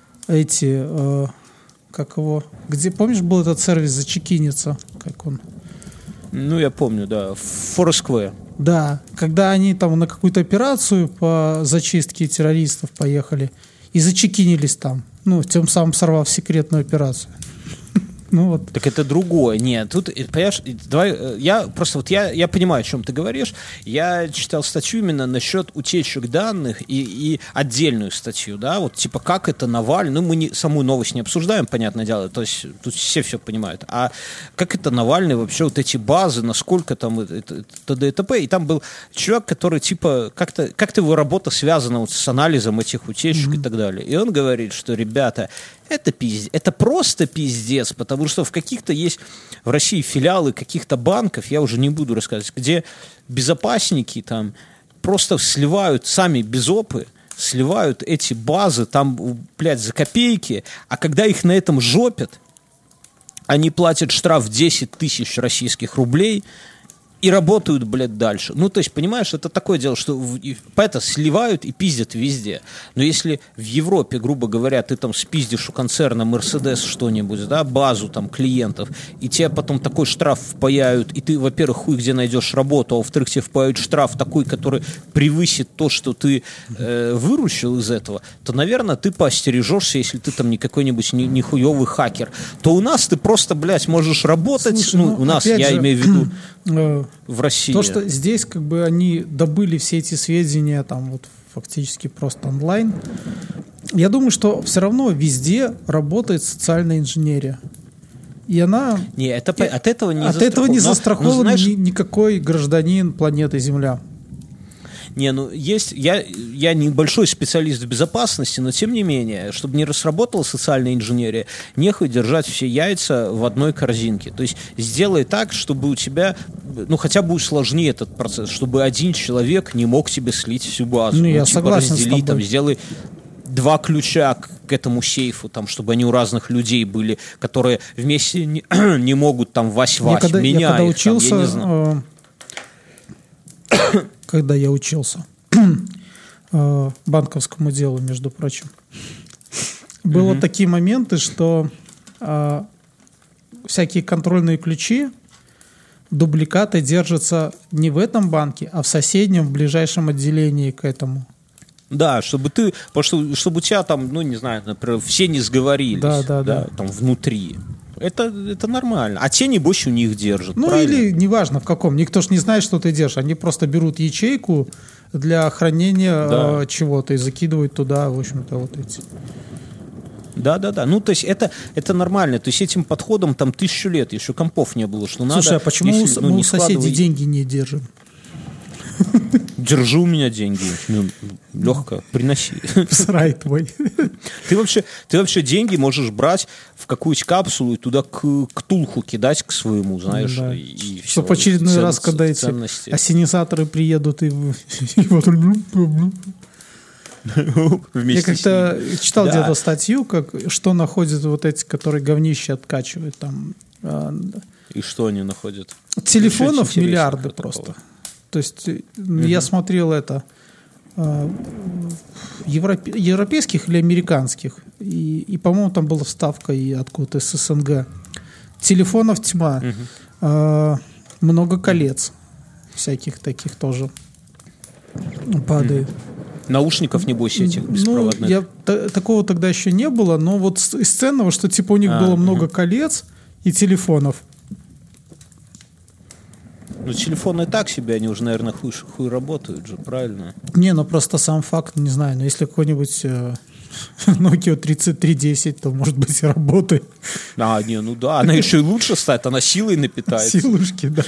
помнишь, был этот сервис «Зачекиниться», как он? Ну, я помню, да, Foursquare. Да, когда они там на какую-то операцию по зачистке террористов поехали и зачекинились там, ну, тем самым сорвав секретную операцию. Ну, вот. Так это другое. Нет, тут, понимаешь, давай, я понимаю, о чем ты говоришь. Я читал статью именно насчет утечек данных и отдельную статью, да, вот типа как это Навальный, ну, мы саму новость не обсуждаем, понятное дело, то есть тут все понимают, а как это Навальный вообще вот эти базы, насколько там т.д. и т.п. И там был человек, который типа как-то его работа связана вот с анализом этих утечек и так далее. И он говорит, что, ребята, Это пиздец. Это просто пиздец, потому что в каких-то есть в России филиалы каких-то банков, я уже не буду рассказывать, где безопасники там просто сливают сами безопы, сливают эти базы там, блядь, за копейки, а когда их на этом жопят, они платят штраф 10 тысяч российских рублей и работают, блядь, дальше. Ну, то есть, понимаешь, это такое дело, что это сливают и пиздят везде. Но если в Европе, грубо говоря, ты там спиздишь у концерна Mercedes что-нибудь, да, базу там клиентов, и тебе потом такой штраф впаяют, и ты, во-первых, хуй где найдешь работу, а во-вторых, тебе впаяют штраф такой, который превысит то, что ты выручил из этого, то, наверное, ты поостережешься, если ты там не какой-нибудь нихуевый хакер. То у нас ты просто, блядь, можешь работать. Слушай, ну, у нас, я имею в виду... в России. То, что здесь как бы они добыли все эти сведения там вот фактически просто онлайн. Я думаю, что все равно везде работает социальная инженерия. И она... Не, это, от этого не от этого не застрахован знаешь, никакой гражданин планеты Земля. Не, ну есть, я небольшой специалист в безопасности, но тем не менее, чтобы не сработала социальная инженерия, нехуй держать все яйца в одной корзинке. То есть сделай так, чтобы у тебя, ну хотя бы усложни этот процесс, чтобы один человек не мог тебе слить всю базу. Ну, я согласен раздели, с тобой. Там, сделай 2 ключа к этому сейфу, там, чтобы они у разных людей были, которые вместе не могут там вась-вась, меняют. Я когда учился... Там, я не знаю. Когда я учился банковскому делу, между прочим, было такие моменты, что всякие контрольные ключи, дубликаты держатся не в этом банке, а в соседнем, в ближайшем отделении к этому. Да, чтобы ты, чтобы у тебя там, ну не знаю, например, все не сговорились, да, там внутри. Это нормально. А те, небось, у них держат. Ну, правильно? или неважно в каком. Никто ж не знает, что ты держишь. Они просто берут ячейку для хранения чего-то и закидывают туда, в общем-то, вот эти. Да. Ну, то есть это нормально. То есть этим подходом там 1000 лет еще компов не было. Что Слушай, надо, а почему если, мы у соседей деньги не держим? Держи у меня деньги. Ну, легко, приноси. Срай твой. Ты вообще деньги можешь брать в какую-нибудь капсулу и туда к Тулху кидать к своему, знаешь. Да. И чтобы в очередной раз, когда эти ассенизаторы приедут и вот... Я как-то читал где-то статью, что находят вот эти, которые говнище откачивают там. И что они находят? Телефонов миллиарды просто. То есть я смотрел это европейских или американских, и по-моему, там была вставка и откуда-то из СНГ. Телефонов тьма, много колец всяких таких тоже падает. Наушников, небось, этих беспроводных? Такого тогда еще не было, но вот из ценного, что типа у них было много колец и телефонов. Ну, телефоны так себе, они уже, наверное, хуй работают же, правильно? Не, ну просто сам факт, не знаю, но если какой-нибудь Nokia 3310, то, может быть, и работает. Ну да, она еще и лучше станет, она силой напитается. Силушки, да.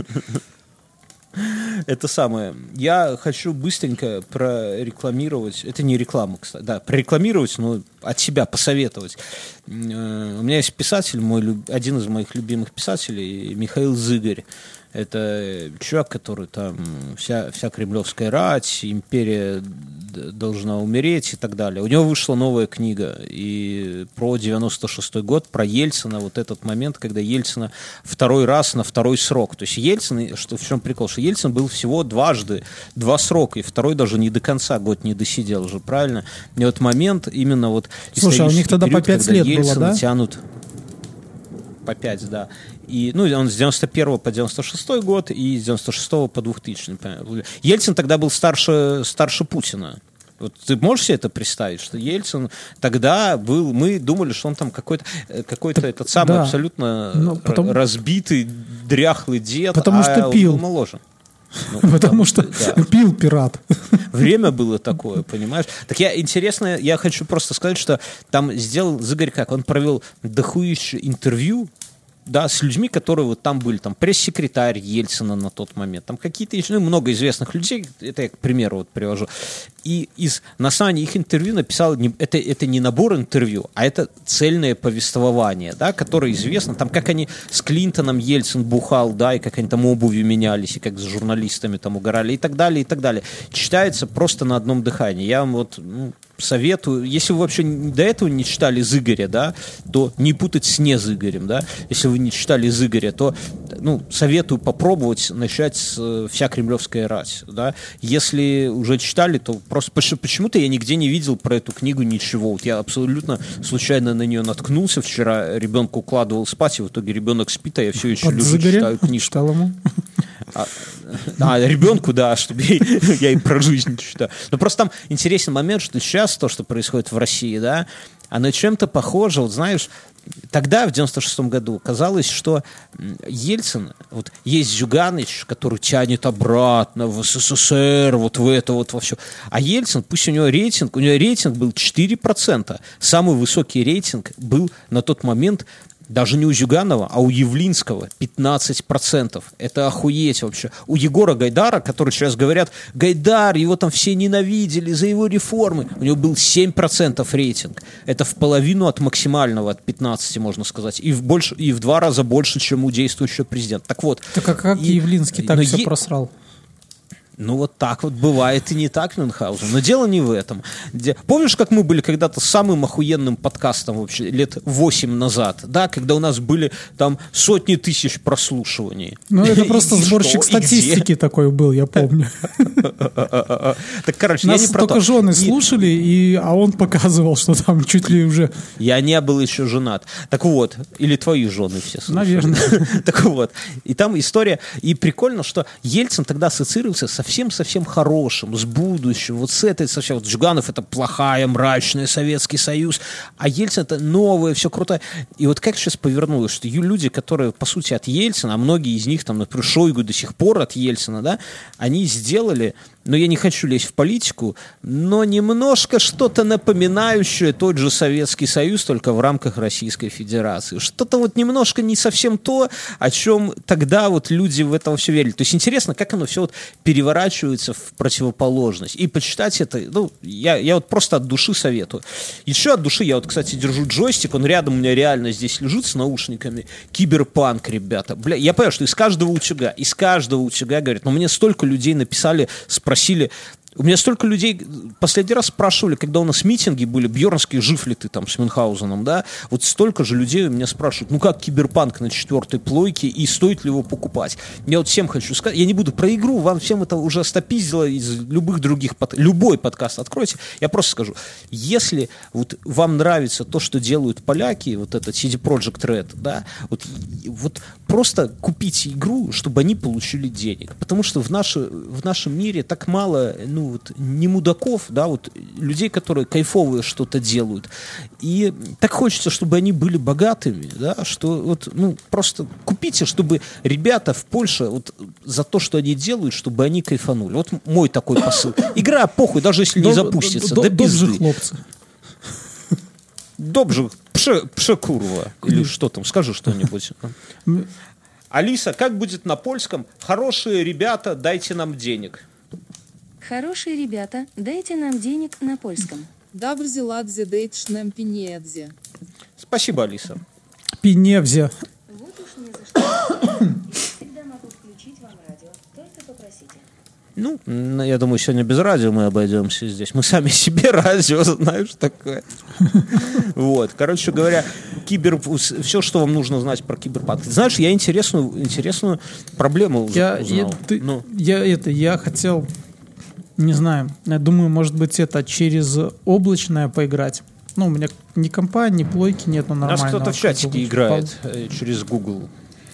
Это самое. Я хочу быстренько прорекламировать. Это не реклама, кстати. Да, прорекламировать, но от себя посоветовать. У меня есть писатель, один из моих любимых писателей, Михаил Зыгарь. Это чувак, который там вся кремлевская рать, империя должна умереть и так далее. У него вышла новая книга и про 96-й год, про Ельцина, вот этот момент, когда Ельцина второй раз на второй срок. То есть Ельцин, в чем прикол, что Ельцин был всего 2 срока, и второй даже не до конца год не досидел уже, правильно? И вот момент именно вот... Слушай, а у них тогда период, по 5 лет было, да? Тянут по 5, да. И, он с 91 по 96 год и с 96 по 2000. Ельцин тогда был старше Путина. Вот ты можешь себе это представить, что Ельцин тогда был, мы думали, что он там какой-то этот самый абсолютно разбитый, дряхлый дед, потому что пил. Он был моложе. Потому что пил пират. Время было такое, понимаешь? Так я хочу просто сказать, что там сделал Зыгарь как? Он провел дохуище интервью, да, с людьми, которые вот там были, там пресс-секретарь Ельцина на тот момент, там какие-то еще, ну, много известных людей, это я к примеру вот привожу, и на основании их интервью написал, это не набор интервью, а это цельное повествование, да, которое известно, там как они с Клинтоном Ельцин бухал, да, и как они там обувью менялись, и как с журналистами там угорали, и так далее, и так далее. Читается просто на одном дыхании. Я вам вот советую, если вы вообще до этого не читали Зыгоря, да, то не путать с не Зыгорем, да, если вы не читали Зыгоря, то, ну, советую попробовать начать с «Вся кремлевская рать», да, если уже читали, то просто почему-то я нигде не видел про эту книгу ничего, вот я абсолютно случайно на нее наткнулся, вчера ребенка укладывал спать, и в итоге ребенок спит, а я все еще читаю книжку. Читал ему? Ребенку, да, чтобы я и про жизнь читаю. Но просто там интересный момент, что сейчас то, что происходит в России, да, оно чем-то похоже, вот знаешь, тогда, в 96-м году, казалось, что Ельцин, вот есть Зюганович, который тянет обратно в СССР, вот в это вот во все. А Ельцин, пусть у него рейтинг был 4%. Самый высокий рейтинг был на тот момент даже не у Зюганова, а у Явлинского 15%. Это охуеть вообще. У Егора Гайдара, который сейчас говорят, Гайдар, его там все ненавидели за его реформы, у него был 7% рейтинг. Это в половину от максимального, от 15, можно сказать. И в 2 раза больше, чем у действующего президента. Так вот. Так а как Явлинский так все просрал? Ну, вот так вот бывает и не так, Мюнхгаузен. Но дело не в этом. Помнишь, как мы были когда-то самым охуенным подкастом вообще лет 8 назад, да, когда у нас были там сотни тысяч прослушиваний? Ну, это просто сборщик статистики такой был, я помню. Так, короче, нас только жены слушали, а он показывал, что там чуть ли уже... Я не был еще женат. Так вот, или твои жены все слушали. Наверное. Так вот, и там история, и прикольно, что Ельцин тогда ассоциировался со совсем хорошим, с будущим, вот с этой совсем, вот Зюганов это плохая, мрачная Советский Союз, а Ельцин это новое, все круто. И вот как сейчас повернулось, что люди, которые, по сути, от Ельцина, а многие из них, там, например, Шойгу до сих пор от Ельцина, да, они сделали, но я не хочу лезть в политику, но немножко что-то напоминающее тот же Советский Союз, только в рамках Российской Федерации. Что-то вот немножко не совсем то, о чем тогда вот люди в это все верили. То есть интересно, как оно все вот переворачивается в противоположность. И почитать это, ну, я вот просто от души советую. Еще от души я вот, кстати, держу джойстик, он рядом у меня реально здесь лежит с наушниками. Киберпанк, ребята. Бля, я понимаю, что из каждого утюга говорят, но мне столько людей написали, спросили. У меня столько людей последний раз спрашивали, когда у нас митинги были, Бьернские, жив ли ты там с Мюнхгаузеном, да? Вот столько же людей у меня спрашивают, ну как Киберпанк на 4-й плойке и стоит ли его покупать? Я вот всем хочу сказать, я не буду про игру, вам всем это уже стопиздило из любых других, любой подкаст откройте, я просто скажу, если вот вам нравится то, что делают поляки, вот этот CD Projekt Red, да, вот просто купите игру, чтобы они получили денег, потому что в нашем мире так мало, ну, вот, не мудаков, да, вот людей, которые кайфовые что-то делают. И так хочется, чтобы они были богатыми, да, что вот, ну, просто купите, чтобы ребята в Польше вот за то, что они делают, чтобы они кайфанули. Вот мой такой посыл. Игра похуй, даже если не запустится. Да пизды. Добрые хлопцы. Добрый, пшекурва. Или что там, скажи что-нибудь. Алиса, как будет на польском? Хорошие ребята, дайте нам денег. Хорошие ребята, дайте нам денег на польском. Добрый ладзе дейтшнем пинедзе. Спасибо, Алиса. Пиневзе. Вот уж не за что. Я всегда могу включить вам радио, только попросите. Ну, я думаю, сегодня без радио мы обойдемся здесь. Мы сами себе радио, знаешь, такое. Вот, короче говоря, все, что вам нужно знать про киберпанк. Знаешь, я интересную проблему узнал. Я хотел, не знаю, я думаю, может быть, это через облачное поиграть. Ну, у меня ни компа, ни плойки нет, но нормально. У нас кто-то в чатике играет через Google.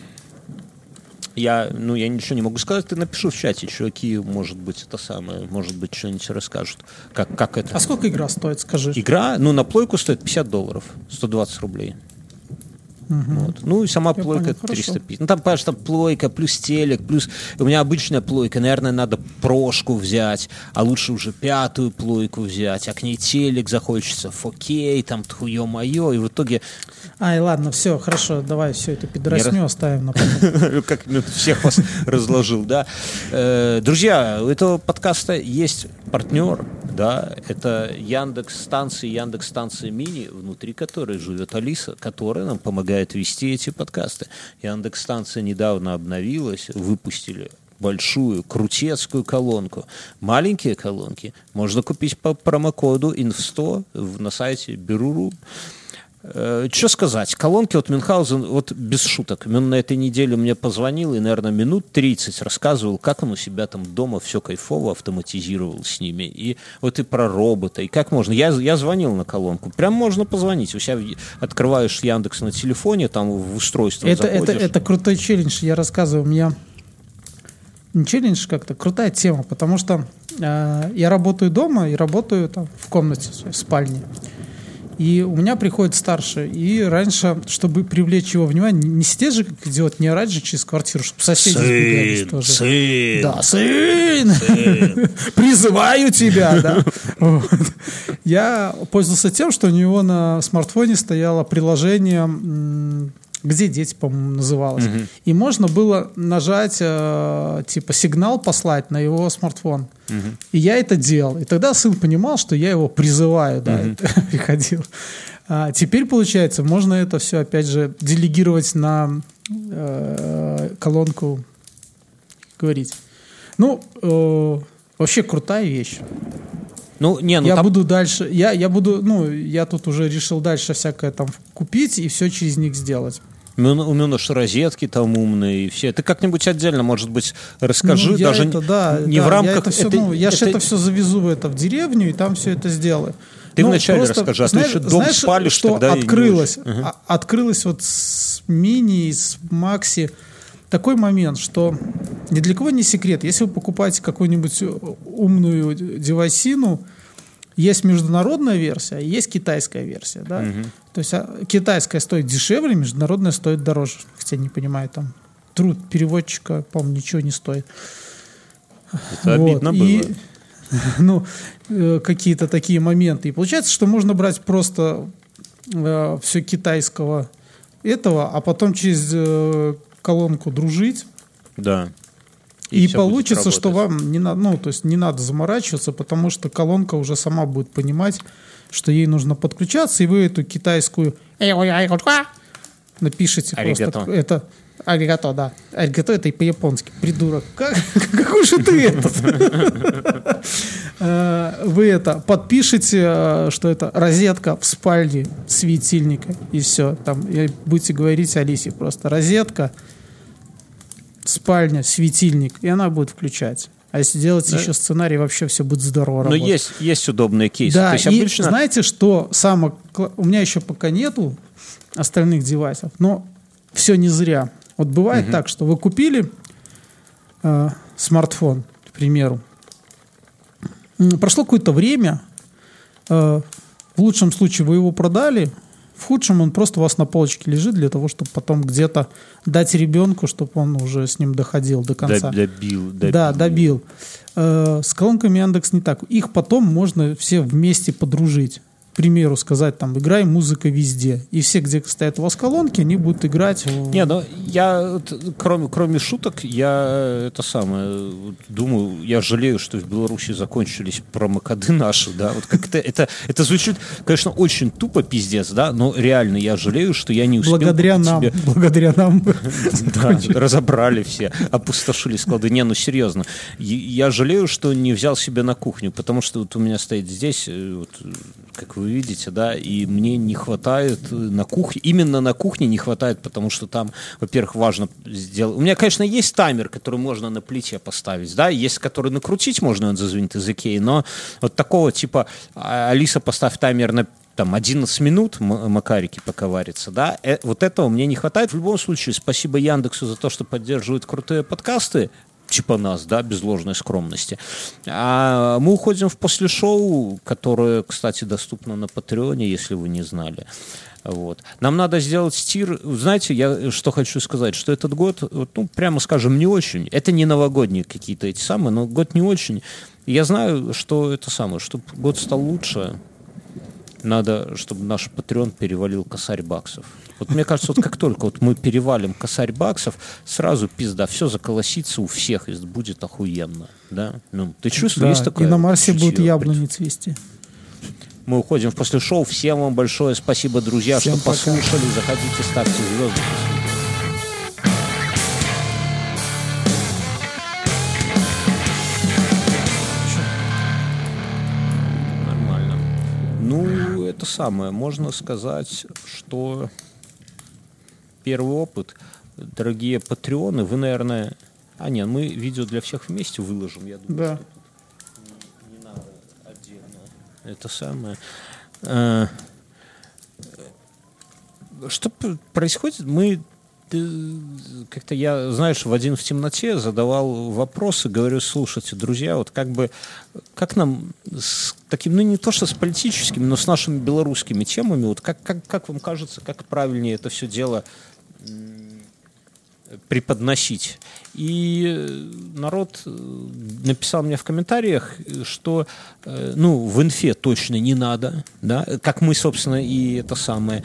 Я ничего не могу сказать, ты напишу в чате, чуваки, может быть, это самое, может быть, что-нибудь расскажут. Как это? А сколько игра стоит, скажи? Игра, на плойку стоит $50, 120 рублей. Вот. Ну и сама Я плойка понял, 350. Ну там, понимаешь, там плойка, плюс телек, плюс у меня обычная плойка, наверное, надо прошку взять, а лучше уже 5-ю плойку взять, а к ней телек захочется, 4K, там тхуё-моё, и в итоге... Ай, ладно, все, хорошо, давай все это пидорасню оставим на потом. Как всех вас разложил, да. Друзья, у этого подкаста есть партнер, да, это Яндекс-станции Мини, внутри которой живет Алиса, которая нам помогает вести эти подкасты. Яндекс-станция недавно обновилась, выпустили большую, крутецкую колонку. Маленькие колонки можно купить по промокоду INF100 на сайте Беру.ру. Что сказать, колонки от Мюнхгаузен, вот без шуток, он на этой неделе мне позвонил и, наверное, минут 30 рассказывал, как он у себя там дома все кайфово автоматизировал с ними, и вот и про робота, и как можно, я звонил на колонку, прям можно позвонить, у себя открываешь Яндекс на телефоне, там в устройство заходишь. Это крутой челлендж, я рассказываю, у меня не челлендж как-то, крутая тема, потому что я работаю дома и работаю там в комнате, в спальне. И у меня приходит старший, и раньше, чтобы привлечь его внимание, не сидеть же как идиот, не орать же через квартиру, чтобы соседи сбегались тоже. Сын! Да, сын! Призываю тебя, да. Вот. Я пользовался тем, что у него на смартфоне стояло приложение, «Где дети», по-моему, называлось. И можно было нажать, типа, сигнал послать на его смартфон. И я это делал. И тогда сын понимал, что я его призываю, да, приходил. Теперь, получается, можно это все, опять же, делегировать на колонку говорить. Ну, вообще крутая вещь. Я буду дальше, я тут уже решил дальше всякое там купить и все через них сделать. У меня же розетки там умные и все. Ты как-нибудь отдельно, может быть, расскажи, даже не в рамках... Я же это все завезу в деревню и там все это сделаю. Ты вначале расскажи, а ты еще дом спалишь, что тогда открылось, открылось вот с Мини, с Макси такой момент, что ни для кого не секрет, если вы покупаете какую-нибудь умную девайсину, есть международная версия, есть китайская версия, да. То есть китайская стоит дешевле, международная стоит дороже. Хотя не понимаю, там труд переводчика, по-моему, ничего не стоит. Это обидно было. Какие-то такие моменты. И получается, что можно брать просто все китайского этого, а потом через колонку дружить. Да. И получится, что вам не надо, не надо заморачиваться, потому что колонка уже сама будет понимать, что ей нужно подключаться, и вы эту китайскую напишите аригато. Просто это аригато, да. Аригато — это и по-японски. Придурок. Какой же ты этот? Вы это подпишите, что это розетка в спальне светильника, и все. Там будете говорить Алисе просто: розетка, спальня, светильник, и она будет включать. А если делать еще сценарий, вообще все будет здорово работать. Но есть удобные кейсы. Да, то есть и обычно... знаете, что у меня еще пока нету остальных девайсов, но все не зря. Вот бывает так, что вы купили смартфон, к примеру, прошло какое-то время, в лучшем случае вы его продали, в худшем он просто у вас на полочке лежит для того, чтобы потом где-то дать ребенку, чтобы он уже с ним доходил до конца. Добил. Да, добил. С колонками Яндекс не так. Их потом можно все вместе подружить. К примеру, сказать там: играй музыка везде. И все, где стоят у вас колонки, они будут играть. Не, ну я, кроме шуток, я думаю, я жалею, что в Беларуси закончились промокоды наши, да, вот как это звучит, конечно, очень тупо, пиздец, да, но реально я жалею, что я не успел. Благодаря нам. Да, разобрали все, опустошили склады. Не, ну серьезно, я жалею, что не взял себе на кухню, потому что вот у меня стоит здесь, вот, как вы видите, да, и мне не хватает на кухне, именно на кухне не хватает, потому что там, во-первых, важно сделать... У меня, конечно, есть таймер, который можно на плите поставить, да, есть, который накрутить можно, он зазвонит из Икеи, но вот такого типа: Алиса, поставь таймер на 11 минут, макарики пока варятся, да, вот этого мне не хватает. В любом случае, спасибо Яндексу за то, что поддерживает крутые подкасты, типа нас, да, без ложной скромности. А мы уходим в послешоу, которое, кстати, доступно на Патреоне, если вы не знали. Вот. Нам надо сделать стир. Знаете, я что хочу сказать, что этот год, ну, прямо скажем, не очень. Это не новогодние какие-то эти самые, но год не очень. Я знаю, что это самое, чтобы год стал лучше, надо, чтобы наш Patreon перевалил косарь баксов. Вот мне кажется, вот как только вот мы перевалим косарь баксов, сразу пизда, все заколосится у всех, и будет охуенно. Да? Ну, ты чувствуешь, есть такое? И на Марсе будут яблони цвести. Мы уходим в после шоу. Всем вам большое спасибо, друзья, Всем что послушали. Заходите, ставьте звезды. Нормально. Ну, это самое. Можно сказать, что первый опыт. Дорогие патреоны, вы, наверное... А, нет, мы видео для всех вместе выложим. Я думаю, Да. что тут не надо отдельно. Это самое. Что происходит? Мы как-то я, знаешь, в один в темноте задавал вопросы, говорю, слушайте, друзья, вот как нам с таким, ну не то что с политическими, но с нашими белорусскими темами, вот как вам кажется, как правильнее это все дело преподносить? И народ написал мне в комментариях, что ну, в инфе точно не надо, да, как мы, собственно, и это самое.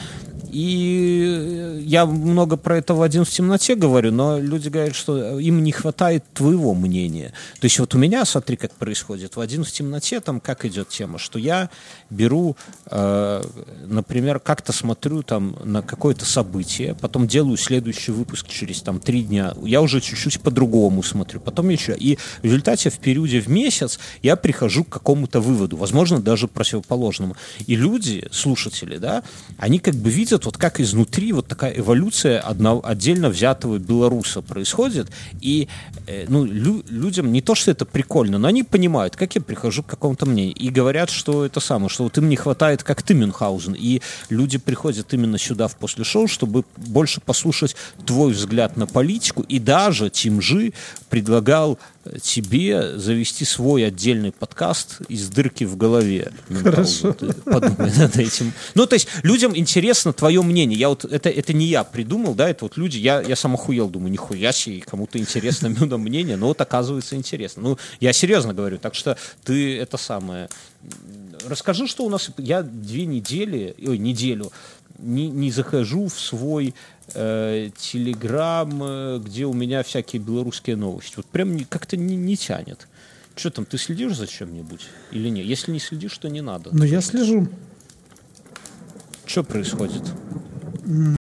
И я много про это в один в темноте говорю, но люди говорят, что им не хватает твоего мнения. То есть вот у меня, смотри, как происходит, в один в темноте там как идет тема, что я беру, например, как-то смотрю там на какое-то событие, потом делаю следующий выпуск через там 3 дня, я уже чуть-чуть по-другому смотрю, потом еще. И в результате в периоде в месяц я прихожу к какому-то выводу, возможно, даже противоположному. И люди, слушатели, да, они как бы видят, вот как изнутри вот такая эволюция отдельно взятого белоруса происходит, и ну, людям не то, что это прикольно, но они понимают, как я прихожу к какому-то мнению, и говорят, что это самое, что вот им не хватает, как ты, Мюнхгаузен, и люди приходят именно сюда в после шоу, чтобы больше послушать твой взгляд на политику, и даже Тим Жи предлагал тебе завести свой отдельный подкаст из дырки в голове. Хорошо. Подумай над этим. Ну, то есть, людям интересно твое мнение. Я вот, это не я придумал, да, это вот люди, я сам охуел, думаю, нихуя себе, кому-то интересно Мюна мнение, но вот оказывается интересно. Ну, я серьезно говорю, так что ты это самое... Расскажи, что у нас... Я 2 недели, неделю не захожу в свой Телеграм, где у меня всякие белорусские новости. Вот прям как-то не тянет. Что там, ты следишь за чем-нибудь или нет? Если не следишь, то не надо. Ну, я слежу. Что происходит?